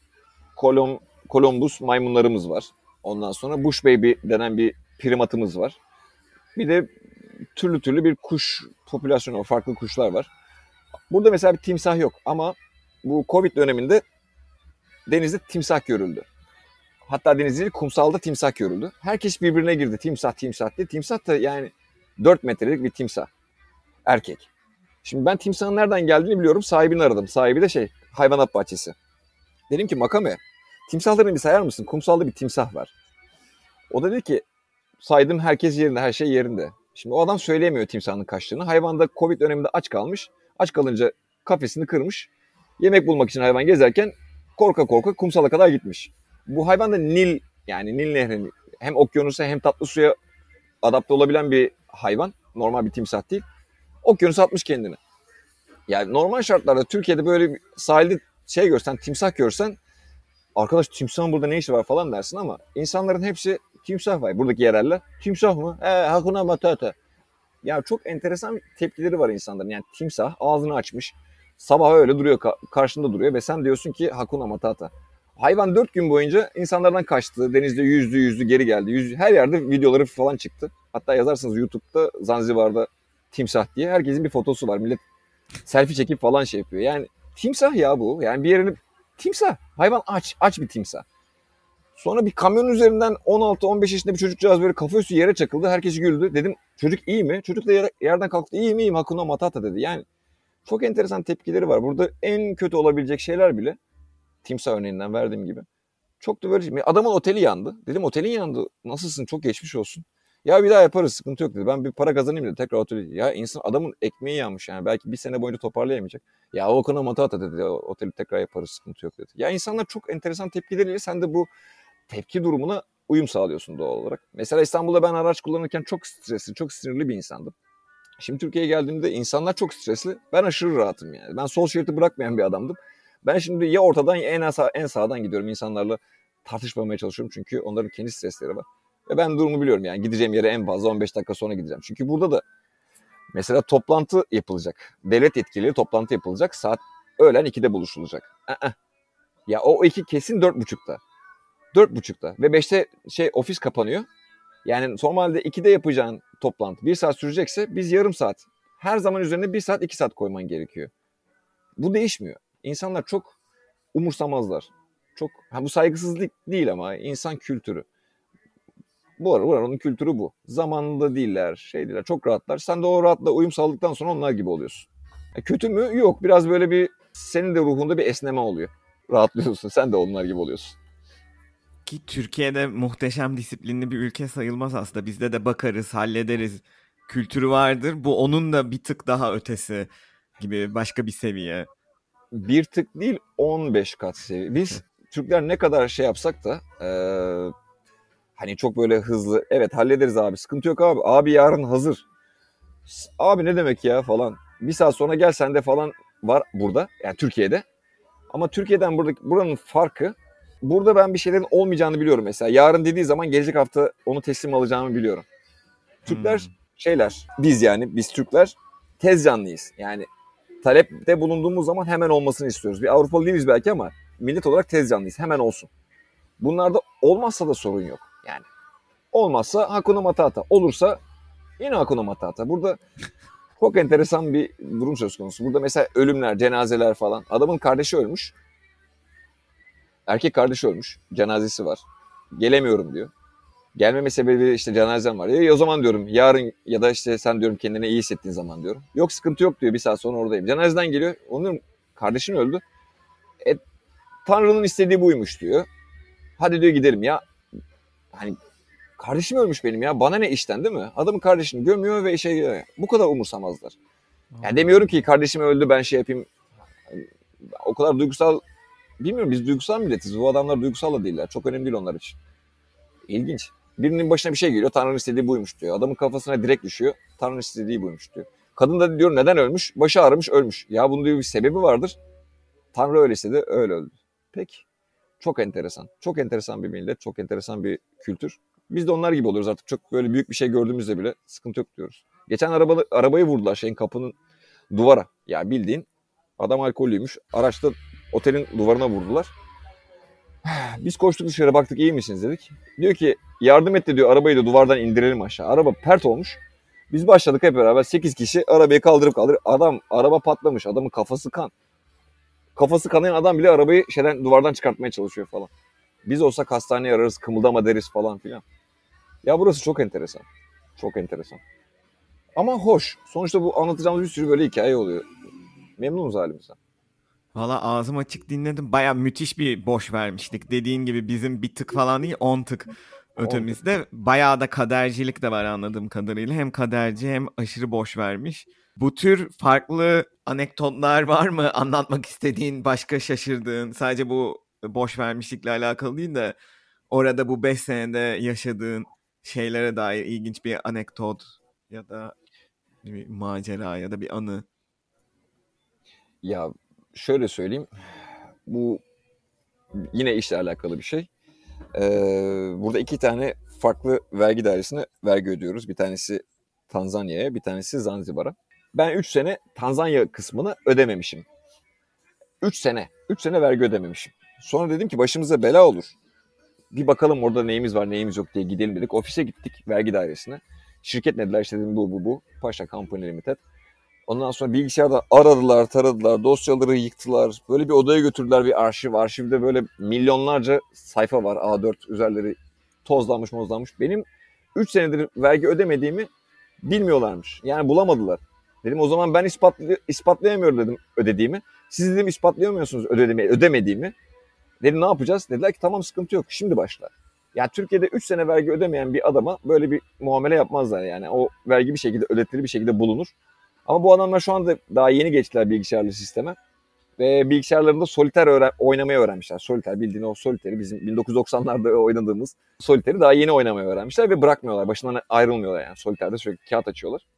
Columbus maymunlarımız var. Ondan sonra Bush Baby denen bir primatımız var. Bir de türlü türlü bir kuş popülasyonu, farklı kuşlar var. Burada mesela bir timsah yok ama bu Covid döneminde denizde timsah görüldü. Hatta deniz değil, kumsalda timsah görüldü. Herkes birbirine girdi timsah timsah diye. Timsah da yani 4 metrelik bir timsah. Erkek. Şimdi ben timsahın nereden geldiğini biliyorum. Sahibini aradım. Sahibi de hayvanat bahçesi. Dedim ki Makame, timsahlarını bir sayar mısın? Kumsalda bir timsah var. O da dedi ki saydım, herkes yerinde, her şey yerinde. Şimdi o adam söyleyemiyor timsahın kaçtığını. Hayvan da Covid döneminde aç kalmış. Aç kalınca kafesini kırmış. Yemek bulmak için hayvan gezerken korka korka kumsala kadar gitmiş. Bu hayvan da Nil, yani Nil Nehri'nin hem okyanusa hem tatlı suya adapte olabilen bir hayvan. Normal bir timsah değil. Okyanusa atmış kendini. Yani normal şartlarda Türkiye'de böyle bir sahilde görsen, timsah görsen, arkadaş timsahın burada ne işi var falan dersin ama insanların hepsi timsah var. Buradaki yerelle. Timsah mı? Hakuna Matata. Ya çok enteresan tepkileri var insanların. Yani timsah ağzını açmış. Sabah öyle duruyor, karşında duruyor ve sen diyorsun ki Hakuna Matata. Hayvan 4 gün boyunca insanlardan kaçtı. Denizde yüzdü geri geldi. Her yerde videoları falan çıktı. Hatta yazarsanız YouTube'da Zanzibar'da timsah diye herkesin bir fotosu var. Millet selfie çekip falan yapıyor. Yani timsah ya bu. Yani bir yerini timsah. Hayvan aç bir timsah. Sonra bir kamyon üzerinden 16-15 yaşında bir çocukcağız böyle kafa üstü yere çakıldı. Herkes güldü. Dedim çocuk iyi mi? Çocuk da yerden kalktı. İyiyim Hakuna Matata dedi. Yani çok enteresan tepkileri var. Burada en kötü olabilecek şeyler bile timsah örneğinden verdiğim gibi. Çok da böyle adamın oteli yandı. Dedim otelin yandı. Nasılsın? Çok geçmiş olsun. Ya bir daha yaparız, sıkıntı yok dedi. Ben bir para kazanayım dedi. Tekrar oteli. Ya insan adamın ekmeği yanmış yani. Belki bir sene boyunca toparlayamayacak. Ya o Hakuna Matata dedi. Oteli tekrar yaparız, sıkıntı yok dedi. Ya insanlar çok enteresan tepkileriyle sen de bu tepki durumuna uyum sağlıyorsun doğal olarak. Mesela İstanbul'da ben araç kullanırken çok stresli, çok sinirli bir insandım. Şimdi Türkiye'ye geldiğimde insanlar çok stresli. Ben aşırı rahatım yani. Ben sol şeridi bırakmayan bir adamdım. Ben şimdi ya ortadan ya en sağdan gidiyorum. İnsanlarla tartışmamaya çalışıyorum. Çünkü onların kendi stresleri var. Ve ben durumu biliyorum yani. Gideceğim yere en fazla 15 dakika sonra gideceğim. Çünkü burada da mesela toplantı yapılacak. Devlet yetkilileri toplantı yapılacak. Saat öğlen 2'de buluşulacak. Ya o 2 kesin 4.30'da. 4.30'da ve 5'te ofis kapanıyor. Yani normalde 2'de yapacağın toplantı 1 saat sürecekse biz yarım saat. Her zaman üzerine 1 saat 2 saat koyman gerekiyor. Bu değişmiyor. İnsanlar çok umursamazlar. Çok bu saygısızlık değil ama insan kültürü. Buranın kültürü bu. Zamanında değiller, değiller. Çok rahatlar. Sen de o rahatla uyum sağladıktan sonra onlar gibi oluyorsun. Kötü mü? Yok. Biraz böyle bir senin de ruhunda bir esneme oluyor. Rahatlıyorsun. Sen de onlar gibi oluyorsun. Ki Türkiye'de muhteşem disiplinli bir ülke sayılmaz aslında. Bizde de bakarız, hallederiz. Kültürü vardır. Bu onun da bir tık daha ötesi gibi başka bir seviye. bir tık değil 15 kat seviye. Biz Türkler ne kadar şey yapsak da hani çok böyle hızlı evet hallederiz abi sıkıntı yok abi. Abi yarın hazır. Abi ne demek ya falan. Bir saat sonra gel sen de falan var burada. Yani Türkiye'de. Ama Türkiye'den buranın farkı burada ben bir şeylerin olmayacağını biliyorum mesela. Yarın dediği zaman gelecek hafta onu teslim alacağımı biliyorum. Türkler biz Türkler tez canlıyız. Yani talepte bulunduğumuz zaman hemen olmasını istiyoruz. Bir Avrupalı değiliz belki ama millet olarak tez canlıyız. Hemen olsun. Bunlarda olmazsa da sorun yok. Yani olmazsa Hakuna Matata. Olursa yine Hakuna Matata. Burada çok enteresan bir durum söz konusu. Burada mesela ölümler, cenazeler falan. Adamın kardeşi ölmüş. Erkek kardeşi ölmüş. Cenazesi var. Gelemiyorum diyor. Gelmeme sebebi işte cenazem var. O zaman diyorum yarın ya da işte sen diyorum kendine iyi hissettiğin zaman diyorum. Yok sıkıntı yok diyor bir saat sonra oradayım. Cenazeden geliyor. Onun kardeşin öldü. Tanrı'nın istediği buymuş diyor. Hadi diyor gidelim ya. Hani kardeşim ölmüş benim ya. Bana ne işten değil mi? Adamın kardeşini gömüyor ve işe gidiyor. Bu kadar umursamazlar. Yani demiyorum ki kardeşim öldü ben şey yapayım. O kadar duygusal bilmiyorum biz duygusal milletiz. Bu adamlar duygusal da değiller. Çok önemli değil onlar için. İlginç. Birinin başına bir şey geliyor. Tanrı'nın istediği buymuş diyor. Adamın kafasına direkt düşüyor. Tanrı'nın istediği buymuş diyor. Kadın da diyor neden ölmüş? Başı ağrımış ölmüş. Ya bunun diyor bir sebebi vardır. Tanrı öyle istedi öyle öldü. Peki. Çok enteresan. Çok enteresan bir millet. Çok enteresan bir kültür. Biz de onlar gibi oluyoruz artık. Çok böyle büyük bir şey gördüğümüzde bile sıkıntı yok diyoruz. Geçen arabayı vurdular kapının duvara. Ya bildiğin adam alkollüymüş. Araçta otelin duvarına vurdular. Biz koştuk dışarı baktık iyi misiniz dedik. Diyor ki yardım et de diyor arabayı da duvardan indirelim aşağı. Araba pert olmuş. Biz başladık hep beraber 8 kişi arabayı kaldırıp araba patlamış. Adamın kafası kan. Kafası kanayan adam bile arabayı duvardan çıkartmaya çalışıyor falan. Biz olsak hastaneye ararız kımıldama deriz falan filan. Ya burası çok enteresan. Çok enteresan. Ama hoş. Sonuçta bu anlatacağımız bir sürü böyle hikaye oluyor. Memnunuz halimizden. Valla ağzım açık dinledim. Baya müthiş bir boş vermiştik. Dediğin gibi bizim bir tık falan değil 10 tık ötemizde. Bayağı da kadercilik de var anladığım kadarıyla. Hem kaderci hem aşırı boş vermiş. Bu tür farklı anekdotlar var mı anlatmak istediğin, başka şaşırdığın? Sadece bu boş vermişlikle alakalı değil de orada bu 5 senede yaşadığın şeylere dair ilginç bir anekdot ya da bir macera ya da bir anı. Ya şöyle söyleyeyim. Bu yine işle alakalı bir şey. Burada 2 tane farklı vergi dairesine vergi ödüyoruz. Bir tanesi Tanzanya'ya, bir tanesi Zanzibar'a. Ben 3 sene Tanzanya kısmını ödememişim. 3 sene. 3 sene vergi ödememişim. Sonra dedim ki başımıza bela olur. Bir bakalım orada neyimiz var neyimiz yok diye gidelim dedik. Ofise gittik vergi dairesine. Şirket dediler işte dedim bu. Paşa Company Limited. Ondan sonra bilgisayarda aradılar, taradılar, dosyaları yıktılar. Böyle bir odaya götürdüler bir arşiv. Arşivde böyle milyonlarca sayfa var A4 üzerleri tozlanmış. Benim 3 senedir vergi ödemediğimi bilmiyorlarmış. Yani bulamadılar. Dedim o zaman ben ispatlayamıyorum dedim ödediğimi. Siz dedim ispatlayamıyorsunuz ödemediğimi. Dedim ne yapacağız? Dediler ki tamam sıkıntı yok şimdi başla. Yani Türkiye'de 3 sene vergi ödemeyen bir adama böyle bir muamele yapmazlar yani. O vergi bir şekilde ödetilir bir şekilde bulunur. Ama bu adamlar şu anda daha yeni geçtiler bilgisayarlı sisteme. Ve bilgisayarlarında soliter oynamayı öğrenmişler. Soliter bildiğin o soliteri bizim 1990'larda oynadığımız soliteri daha yeni oynamayı öğrenmişler ve bırakmıyorlar. Başından ayrılmıyorlar yani. Soliterde sürekli kağıt açıyorlar.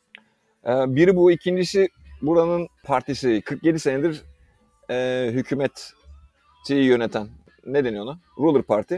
Biri bu. İkincisi buranın partisi 47 senedir hükümeti yöneten ne deniyor ona? Ruler Party.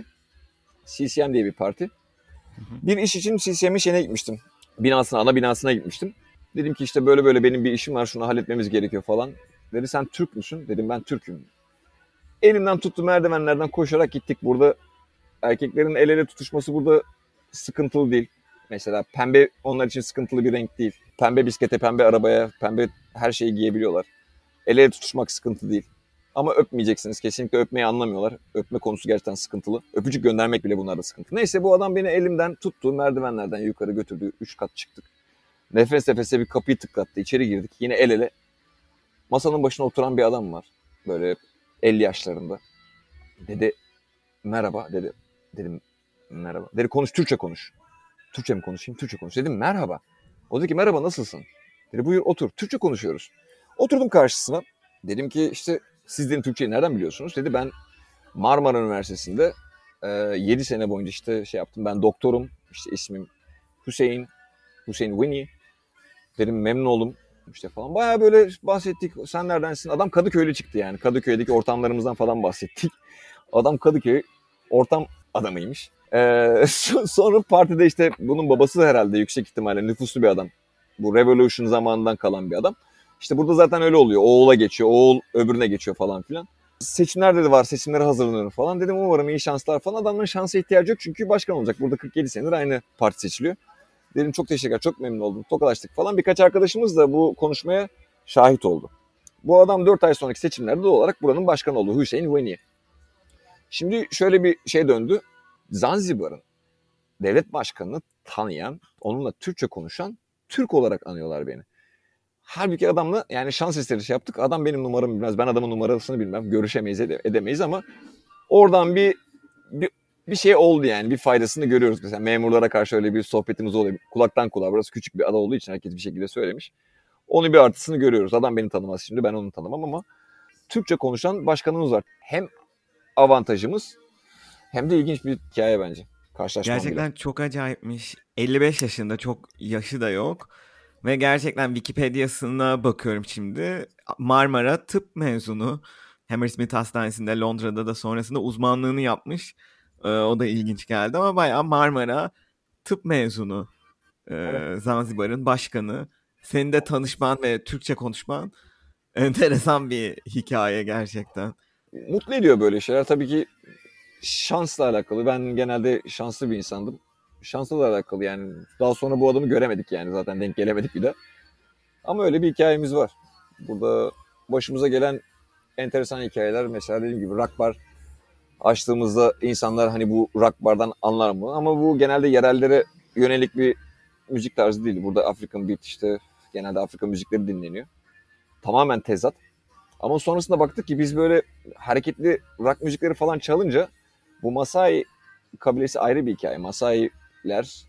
CCM diye bir parti. Bir iş için CCM'in şeyine gitmiştim. Ana binasına gitmiştim. Dedim ki işte böyle benim bir işim var şunu halletmemiz gerekiyor falan. Dedi sen Türk müsün? Dedim ben Türk'üm. Elimden tuttu merdivenlerden koşarak gittik. Burada erkeklerin el ele tutuşması burada sıkıntılı değil. Mesela pembe onlar için sıkıntılı bir renk değil. Pembe bisiklete, pembe arabaya, pembe her şeyi giyebiliyorlar. El ele tutuşmak sıkıntı değil. Ama öpmeyeceksiniz. Kesinlikle öpmeyi anlamıyorlar. Öpme konusu gerçekten sıkıntılı. Öpücük göndermek bile bunlarda sıkıntı. Neyse bu adam beni elimden tuttu. Merdivenlerden yukarı götürdü. 3 kat çıktık. Nefes nefese bir kapıyı tıklattı. İçeri girdik. Yine el ele. Masanın başına oturan bir adam var. Böyle 50 yaşlarında. Dedi merhaba dedi. Dedim merhaba. Dedi konuş Türkçe konuş. Türkçe mi konuşayım? Türkçe konuş. Dedim merhaba. O dedi ki merhaba nasılsın? Dedi buyur otur. Türkçe konuşuyoruz. Oturdum karşısına. Dedim ki işte siz dedim Türkçeyi nereden biliyorsunuz? Dedi ben Marmara Üniversitesi'nde 7 sene boyunca işte şey yaptım. Ben doktorum. İşte ismim Hüseyin. Hüseyin Winnie. Dedim memnun oldum. İşte falan. Bayağı böyle bahsettik. Sen neredensin? Adam Kadıköy'lü çıktı yani. Kadıköy'deki ortamlarımızdan falan bahsettik. Adam Kadıköy ortam adamıymış. Sonra partide işte bunun babası herhalde yüksek ihtimalle nüfuslu bir adam. Bu Revolution zamanından kalan bir adam. İşte burada zaten öyle oluyor. Oğula geçiyor, oğul öbürüne geçiyor falan filan. Seçimler dedi var, seçimlere hazırlanıyorum falan. Dedim umarım iyi şanslar falan. Adamların şansa ihtiyacı yok çünkü başkan olacak. Burada 47 senedir aynı parti seçiliyor. Dedim çok teşekkürler, çok memnun oldum. Tokalaştık falan. Birkaç arkadaşımız da bu konuşmaya şahit oldu. Bu adam 4 ay sonraki seçimlerde doğal olarak buranın başkanı oldu. Hüseyin Veni. Şimdi şöyle bir şey döndü. Zanzibar'ın devlet başkanını tanıyan, onunla Türkçe konuşan Türk olarak anıyorlar beni. Halbuki adamla yani şans eseri şey yaptık. Adam benim numaramı bilmez. Ben adamın numarasını bilmem. Görüşemeyiz, edemeyiz ama oradan bir şey oldu yani. Bir faydasını görüyoruz. Mesela memurlara karşı öyle bir sohbetimiz oluyor. Kulaktan kulağa. Burası küçük bir ada olduğu için herkes bir şekilde söylemiş. Onun bir artısını görüyoruz. Adam beni tanımaz şimdi. Ben onu tanımam ama Türkçe konuşan başkanımız var. Hem avantajımız hem de ilginç bir hikaye bence. Karşılaşmam bile. Gerçekten çok acayipmiş. 55 yaşında, çok yaşı da yok. Ve gerçekten Wikipedia'sına bakıyorum şimdi. Marmara tıp mezunu. Hammersmith Hastanesi'nde Londra'da da sonrasında uzmanlığını yapmış. O da ilginç geldi ama bayağı Marmara tıp mezunu. Evet. Zanzibar'ın başkanı. Senin de tanışman ve Türkçe konuşman enteresan bir hikaye gerçekten. Mutlu ediyor böyle şeyler. Tabii ki şansla alakalı. Ben genelde şanslı bir insandım. Şansla da alakalı yani. Daha sonra bu adamı göremedik yani. Zaten denk gelemedik bir de. Ama öyle bir hikayemiz var. Burada başımıza gelen enteresan hikayeler. Mesela dediğim gibi rock bar açtığımızda insanlar hani bu rock bardan anlar mı? Ama bu genelde yerellere yönelik bir müzik tarzı değil. Burada African beat işte genelde Afrika müzikleri dinleniyor. Tamamen tezat. Ama sonrasında baktık ki biz böyle hareketli rock müzikleri falan çalınca bu Masai kabilesi ayrı bir hikaye. Masailer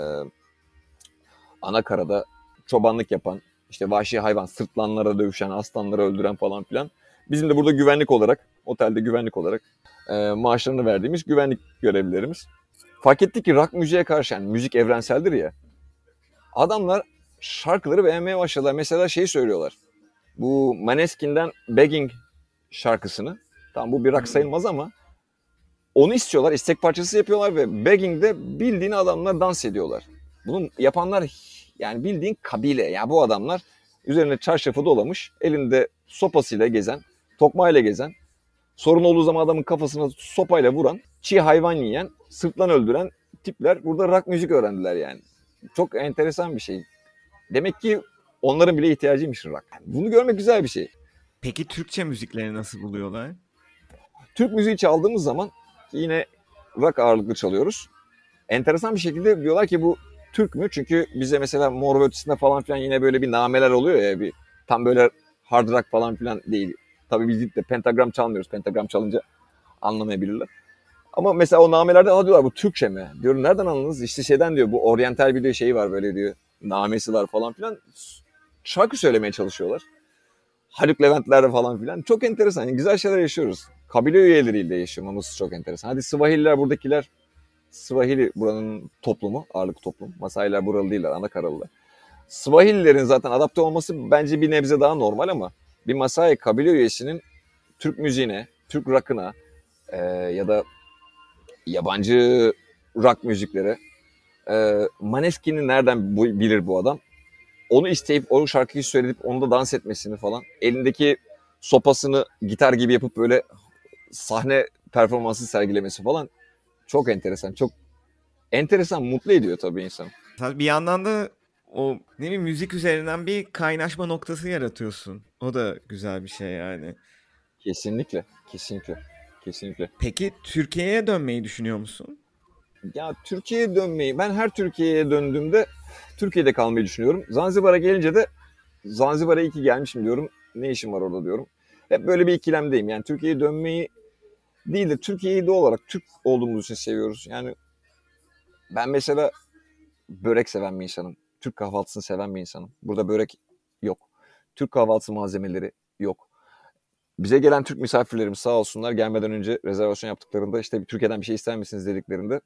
ana karada çobanlık yapan, işte vahşi hayvan, sırtlanlara dövüşen, aslanları öldüren falan filan. Bizim de burada güvenlik olarak, otelde güvenlik olarak maaşlarını verdiğimiz güvenlik görevlilerimiz. Fark ettik ki rock müziğe karşı, yani müzik evrenseldir ya. Adamlar şarkıları beğenmeye başladılar. Mesela şey söylüyorlar. Bu Maneskin'den Begging şarkısını. Tamam bu bir rock Hmm. sayılmaz ama onu istiyorlar. İstek parçası yapıyorlar ve Begging'de bildiğin adamlar dans ediyorlar. Bunu yapanlar yani bildiğin kabile. Yani bu adamlar üzerine çarşafı dolamış, elinde sopasıyla gezen, tokmayla gezen, sorun olduğu zaman adamın kafasına sopayla vuran, çiğ hayvan yiyen, sırtlan öldüren tipler burada rock müzik öğrendiler yani. Çok enteresan bir şey. Demek ki onların bile ihtiyacıymış rock. Bunu görmek güzel bir şey. Peki Türkçe müzikleri nasıl buluyorlar? Türk müziği çaldığımız zaman yine rock ağırlıklı çalıyoruz. Enteresan bir şekilde diyorlar ki bu Türk mü? Çünkü bize mesela Mor ve Ötesi'nde falan filan yine böyle bir nameler oluyor ya. Bir, tam böyle hard rock falan filan değil. Tabii biz de pentagram çalmıyoruz. Pentagram çalınca anlamayabilirler. Ama mesela o namelerde diyorlar bu Türkçe mi? Diyorum nereden anladınız? İşte şeyden diyor bu oryantal bir de şey var böyle diyor. Namesi var falan filan. Şarkı söylemeye çalışıyorlar. Haluk Leventler falan filan. Çok enteresan. Yani güzel şeyler yaşıyoruz. Kabile üyeleriyle yaşamamız çok enteresan. Hadi Swahililer buradakiler. Swahili buranın toplumu, ağırlık toplum. Masailer buralı değiller, ana karalılar. Swahililerin zaten adapte olması bence bir nebze daha normal ama bir Masai kabile üyesinin Türk müziğine, Türk rock'ına ya da yabancı rock müziklere Maneskin'i nereden bilir bu adam? Onu isteyip o şarkıyı söyleyip onu da dans etmesini falan. Elindeki sopasını gitar gibi yapıp böyle sahne performansı sergilemesi falan çok enteresan. Çok enteresan, mutlu ediyor tabii insanı. Bir yandan da o ne bileyim müzik üzerinden bir kaynaşma noktası yaratıyorsun. O da güzel bir şey yani. Kesinlikle, kesinlikle, kesinlikle. Peki Türkiye'ye dönmeyi düşünüyor musun? Ya Türkiye'ye dönmeyi, ben her Türkiye'ye döndüğümde Türkiye'de kalmayı düşünüyorum. Zanzibar'a gelince de Zanzibar'a iyi ki gelmişim diyorum. Ne işim var orada diyorum. Hep böyle bir ikilemdeyim. Yani Türkiye'ye dönmeyi değil de Türkiye'yi doğal olarak Türk olduğumuz için seviyoruz. Yani ben mesela börek seven bir insanım. Türk kahvaltısını seven bir insanım. Burada börek yok. Türk kahvaltısı malzemeleri yok. Bize gelen Türk misafirlerimiz sağ olsunlar gelmeden önce rezervasyon yaptıklarında işte Türkiye'den bir şey ister misiniz dediklerinde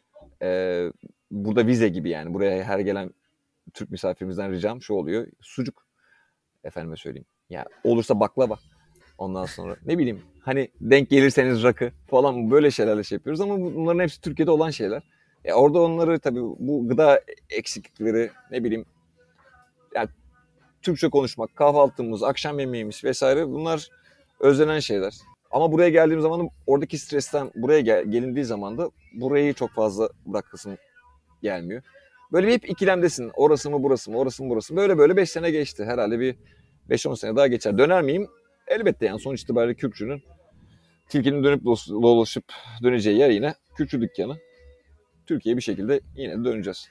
burada vize gibi yani buraya her gelen Türk misafirimizden ricam şu oluyor. Sucuk efendime söyleyeyim. Ya olursa baklava. Ondan sonra ne bileyim hani denk gelirseniz rakı falan böyle şeylerle şey yapıyoruz ama bunların hepsi Türkiye'de olan şeyler. Orada onları tabii bu gıda eksiklikleri ne bileyim yani Türkçe konuşmak, kahvaltımız, akşam yemeğimiz vesaire bunlar özlenen şeyler. Ama buraya geldiğim zaman oradaki stresten buraya gelindiği zaman da burayı çok fazla bırakasın gelmiyor. Böyle bir hep ikilemdesin. Orası mı burası mı, orası mı burası mı? Böyle böyle 5 sene geçti. Herhalde bir 5-10 sene daha geçer. Döner miyim? Elbette yani sonuç itibariyle Kürkçünün tilkinin dönüp dolaşıp döneceği yer yine Kürkçü dükkanı. Türkiye'ye bir şekilde yine döneceğiz.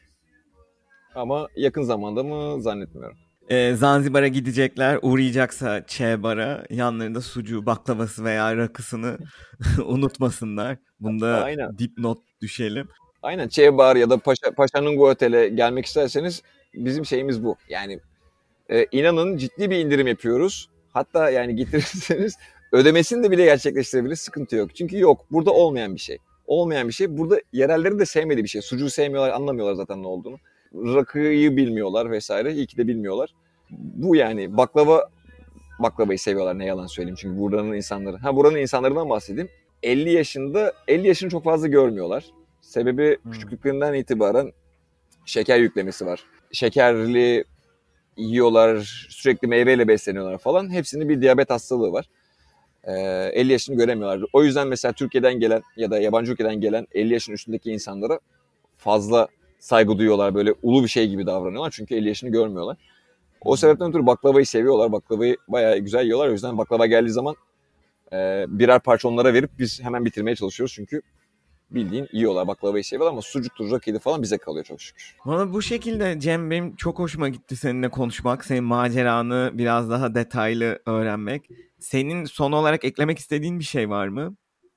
Ama yakın zamanda mı zannetmiyorum. Zanzibar'a gidecekler, uğrayacaksa Çebar'a yanlarında sucuğu, baklavası veya rakısını unutmasınlar. Bunda Aynen. dipnot düşelim. Aynen Çevbar ya da Paşa'nın Otel'e gelmek isterseniz bizim şeyimiz bu. Yani inanın ciddi bir indirim yapıyoruz. Hatta yani getirirseniz ödemesini de bile gerçekleştirebilir. Sıkıntı yok. Çünkü yok. Burada olmayan bir şey. Olmayan bir şey. Burada yerellerin de sevmediği bir şey. Sucuğu sevmiyorlar, anlamıyorlar zaten ne olduğunu. Rakıyı bilmiyorlar vesaire. İyi ki de bilmiyorlar. Bu yani baklavayı seviyorlar ne yalan söyleyeyim. Çünkü buranın insanları. Buranın insanlarından bahsedeyim. 50 yaşını çok fazla görmüyorlar. Sebebi küçüklüklerinden itibaren şeker yüklemesi var. Şekerli yiyorlar, sürekli meyveyle besleniyorlar falan. Hepsinin bir diyabet hastalığı var. 50 yaşını göremiyorlar. O yüzden mesela Türkiye'den gelen ya da yabancı ülkeden gelen 50 yaşın üstündeki insanlara fazla saygı duyuyorlar. Böyle ulu bir şey gibi davranıyorlar. Çünkü 50 yaşını görmüyorlar. O sebepten ötürü baklavayı seviyorlar. Baklavayı bayağı güzel yiyorlar. O yüzden baklava geldiği zaman birer parça onlara verip biz hemen bitirmeye çalışıyoruz. Çünkü bildiğin yiyorlar, baklavayı seviyorlar ama sucuktur, rakıydı falan bize kalıyor çok şükür. Valla bu şekilde Cem benim çok hoşuma gitti seninle konuşmak. Senin maceranı biraz daha detaylı öğrenmek. Senin son olarak eklemek istediğin bir şey var mı?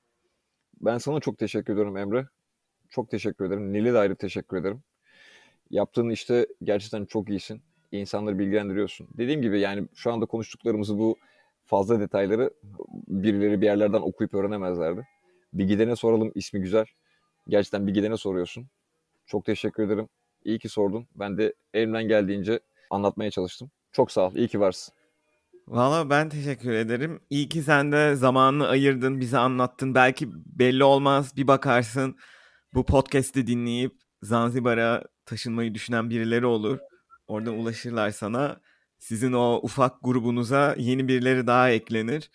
Ben sana çok teşekkür ediyorum Emre. Çok teşekkür ederim. Nil'e de ayrı teşekkür ederim. Yaptığın işte gerçekten çok iyisin. İnsanları bilgilendiriyorsun. Dediğim gibi yani şu anda konuştuklarımızı bu fazla detayları birileri bir yerlerden okuyup öğrenemezlerdi. Bir gidene soralım ismi güzel. Gerçekten bir gidene soruyorsun. Çok teşekkür ederim. İyi ki sordun. Ben de elimden geldiğince anlatmaya çalıştım. Çok sağ ol. İyi ki varsın. Valla ben teşekkür ederim. İyi ki sen de zamanını ayırdın, bize anlattın. Belki belli olmaz bir bakarsın bu podcast'i dinleyip Zanzibar'a taşınmayı düşünen birileri olur. Oradan ulaşırlar sana. Sizin o ufak grubunuza yeni birileri daha eklenir.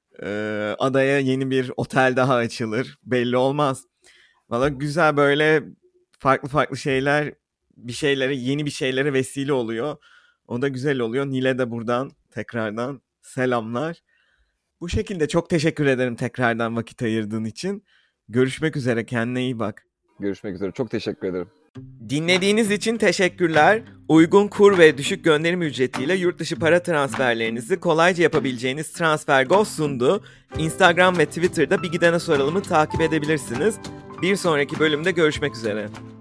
Adaya yeni bir otel daha açılır. Belli olmaz. Valla güzel böyle farklı farklı şeyler yeni bir şeylere vesile oluyor. O da güzel oluyor. Nil'e de buradan tekrardan selamlar. Bu şekilde çok teşekkür ederim tekrardan vakit ayırdığın için. Görüşmek üzere, kendine iyi bak. Görüşmek üzere. Çok teşekkür ederim. Dinlediğiniz için teşekkürler. Uygun kur ve düşük gönderim ücretiyle yurt dışı para transferlerinizi kolayca yapabileceğiniz TransferGo sundu. Instagram ve Twitter'da Bir Gidene Soralım'ı takip edebilirsiniz. Bir sonraki bölümde görüşmek üzere.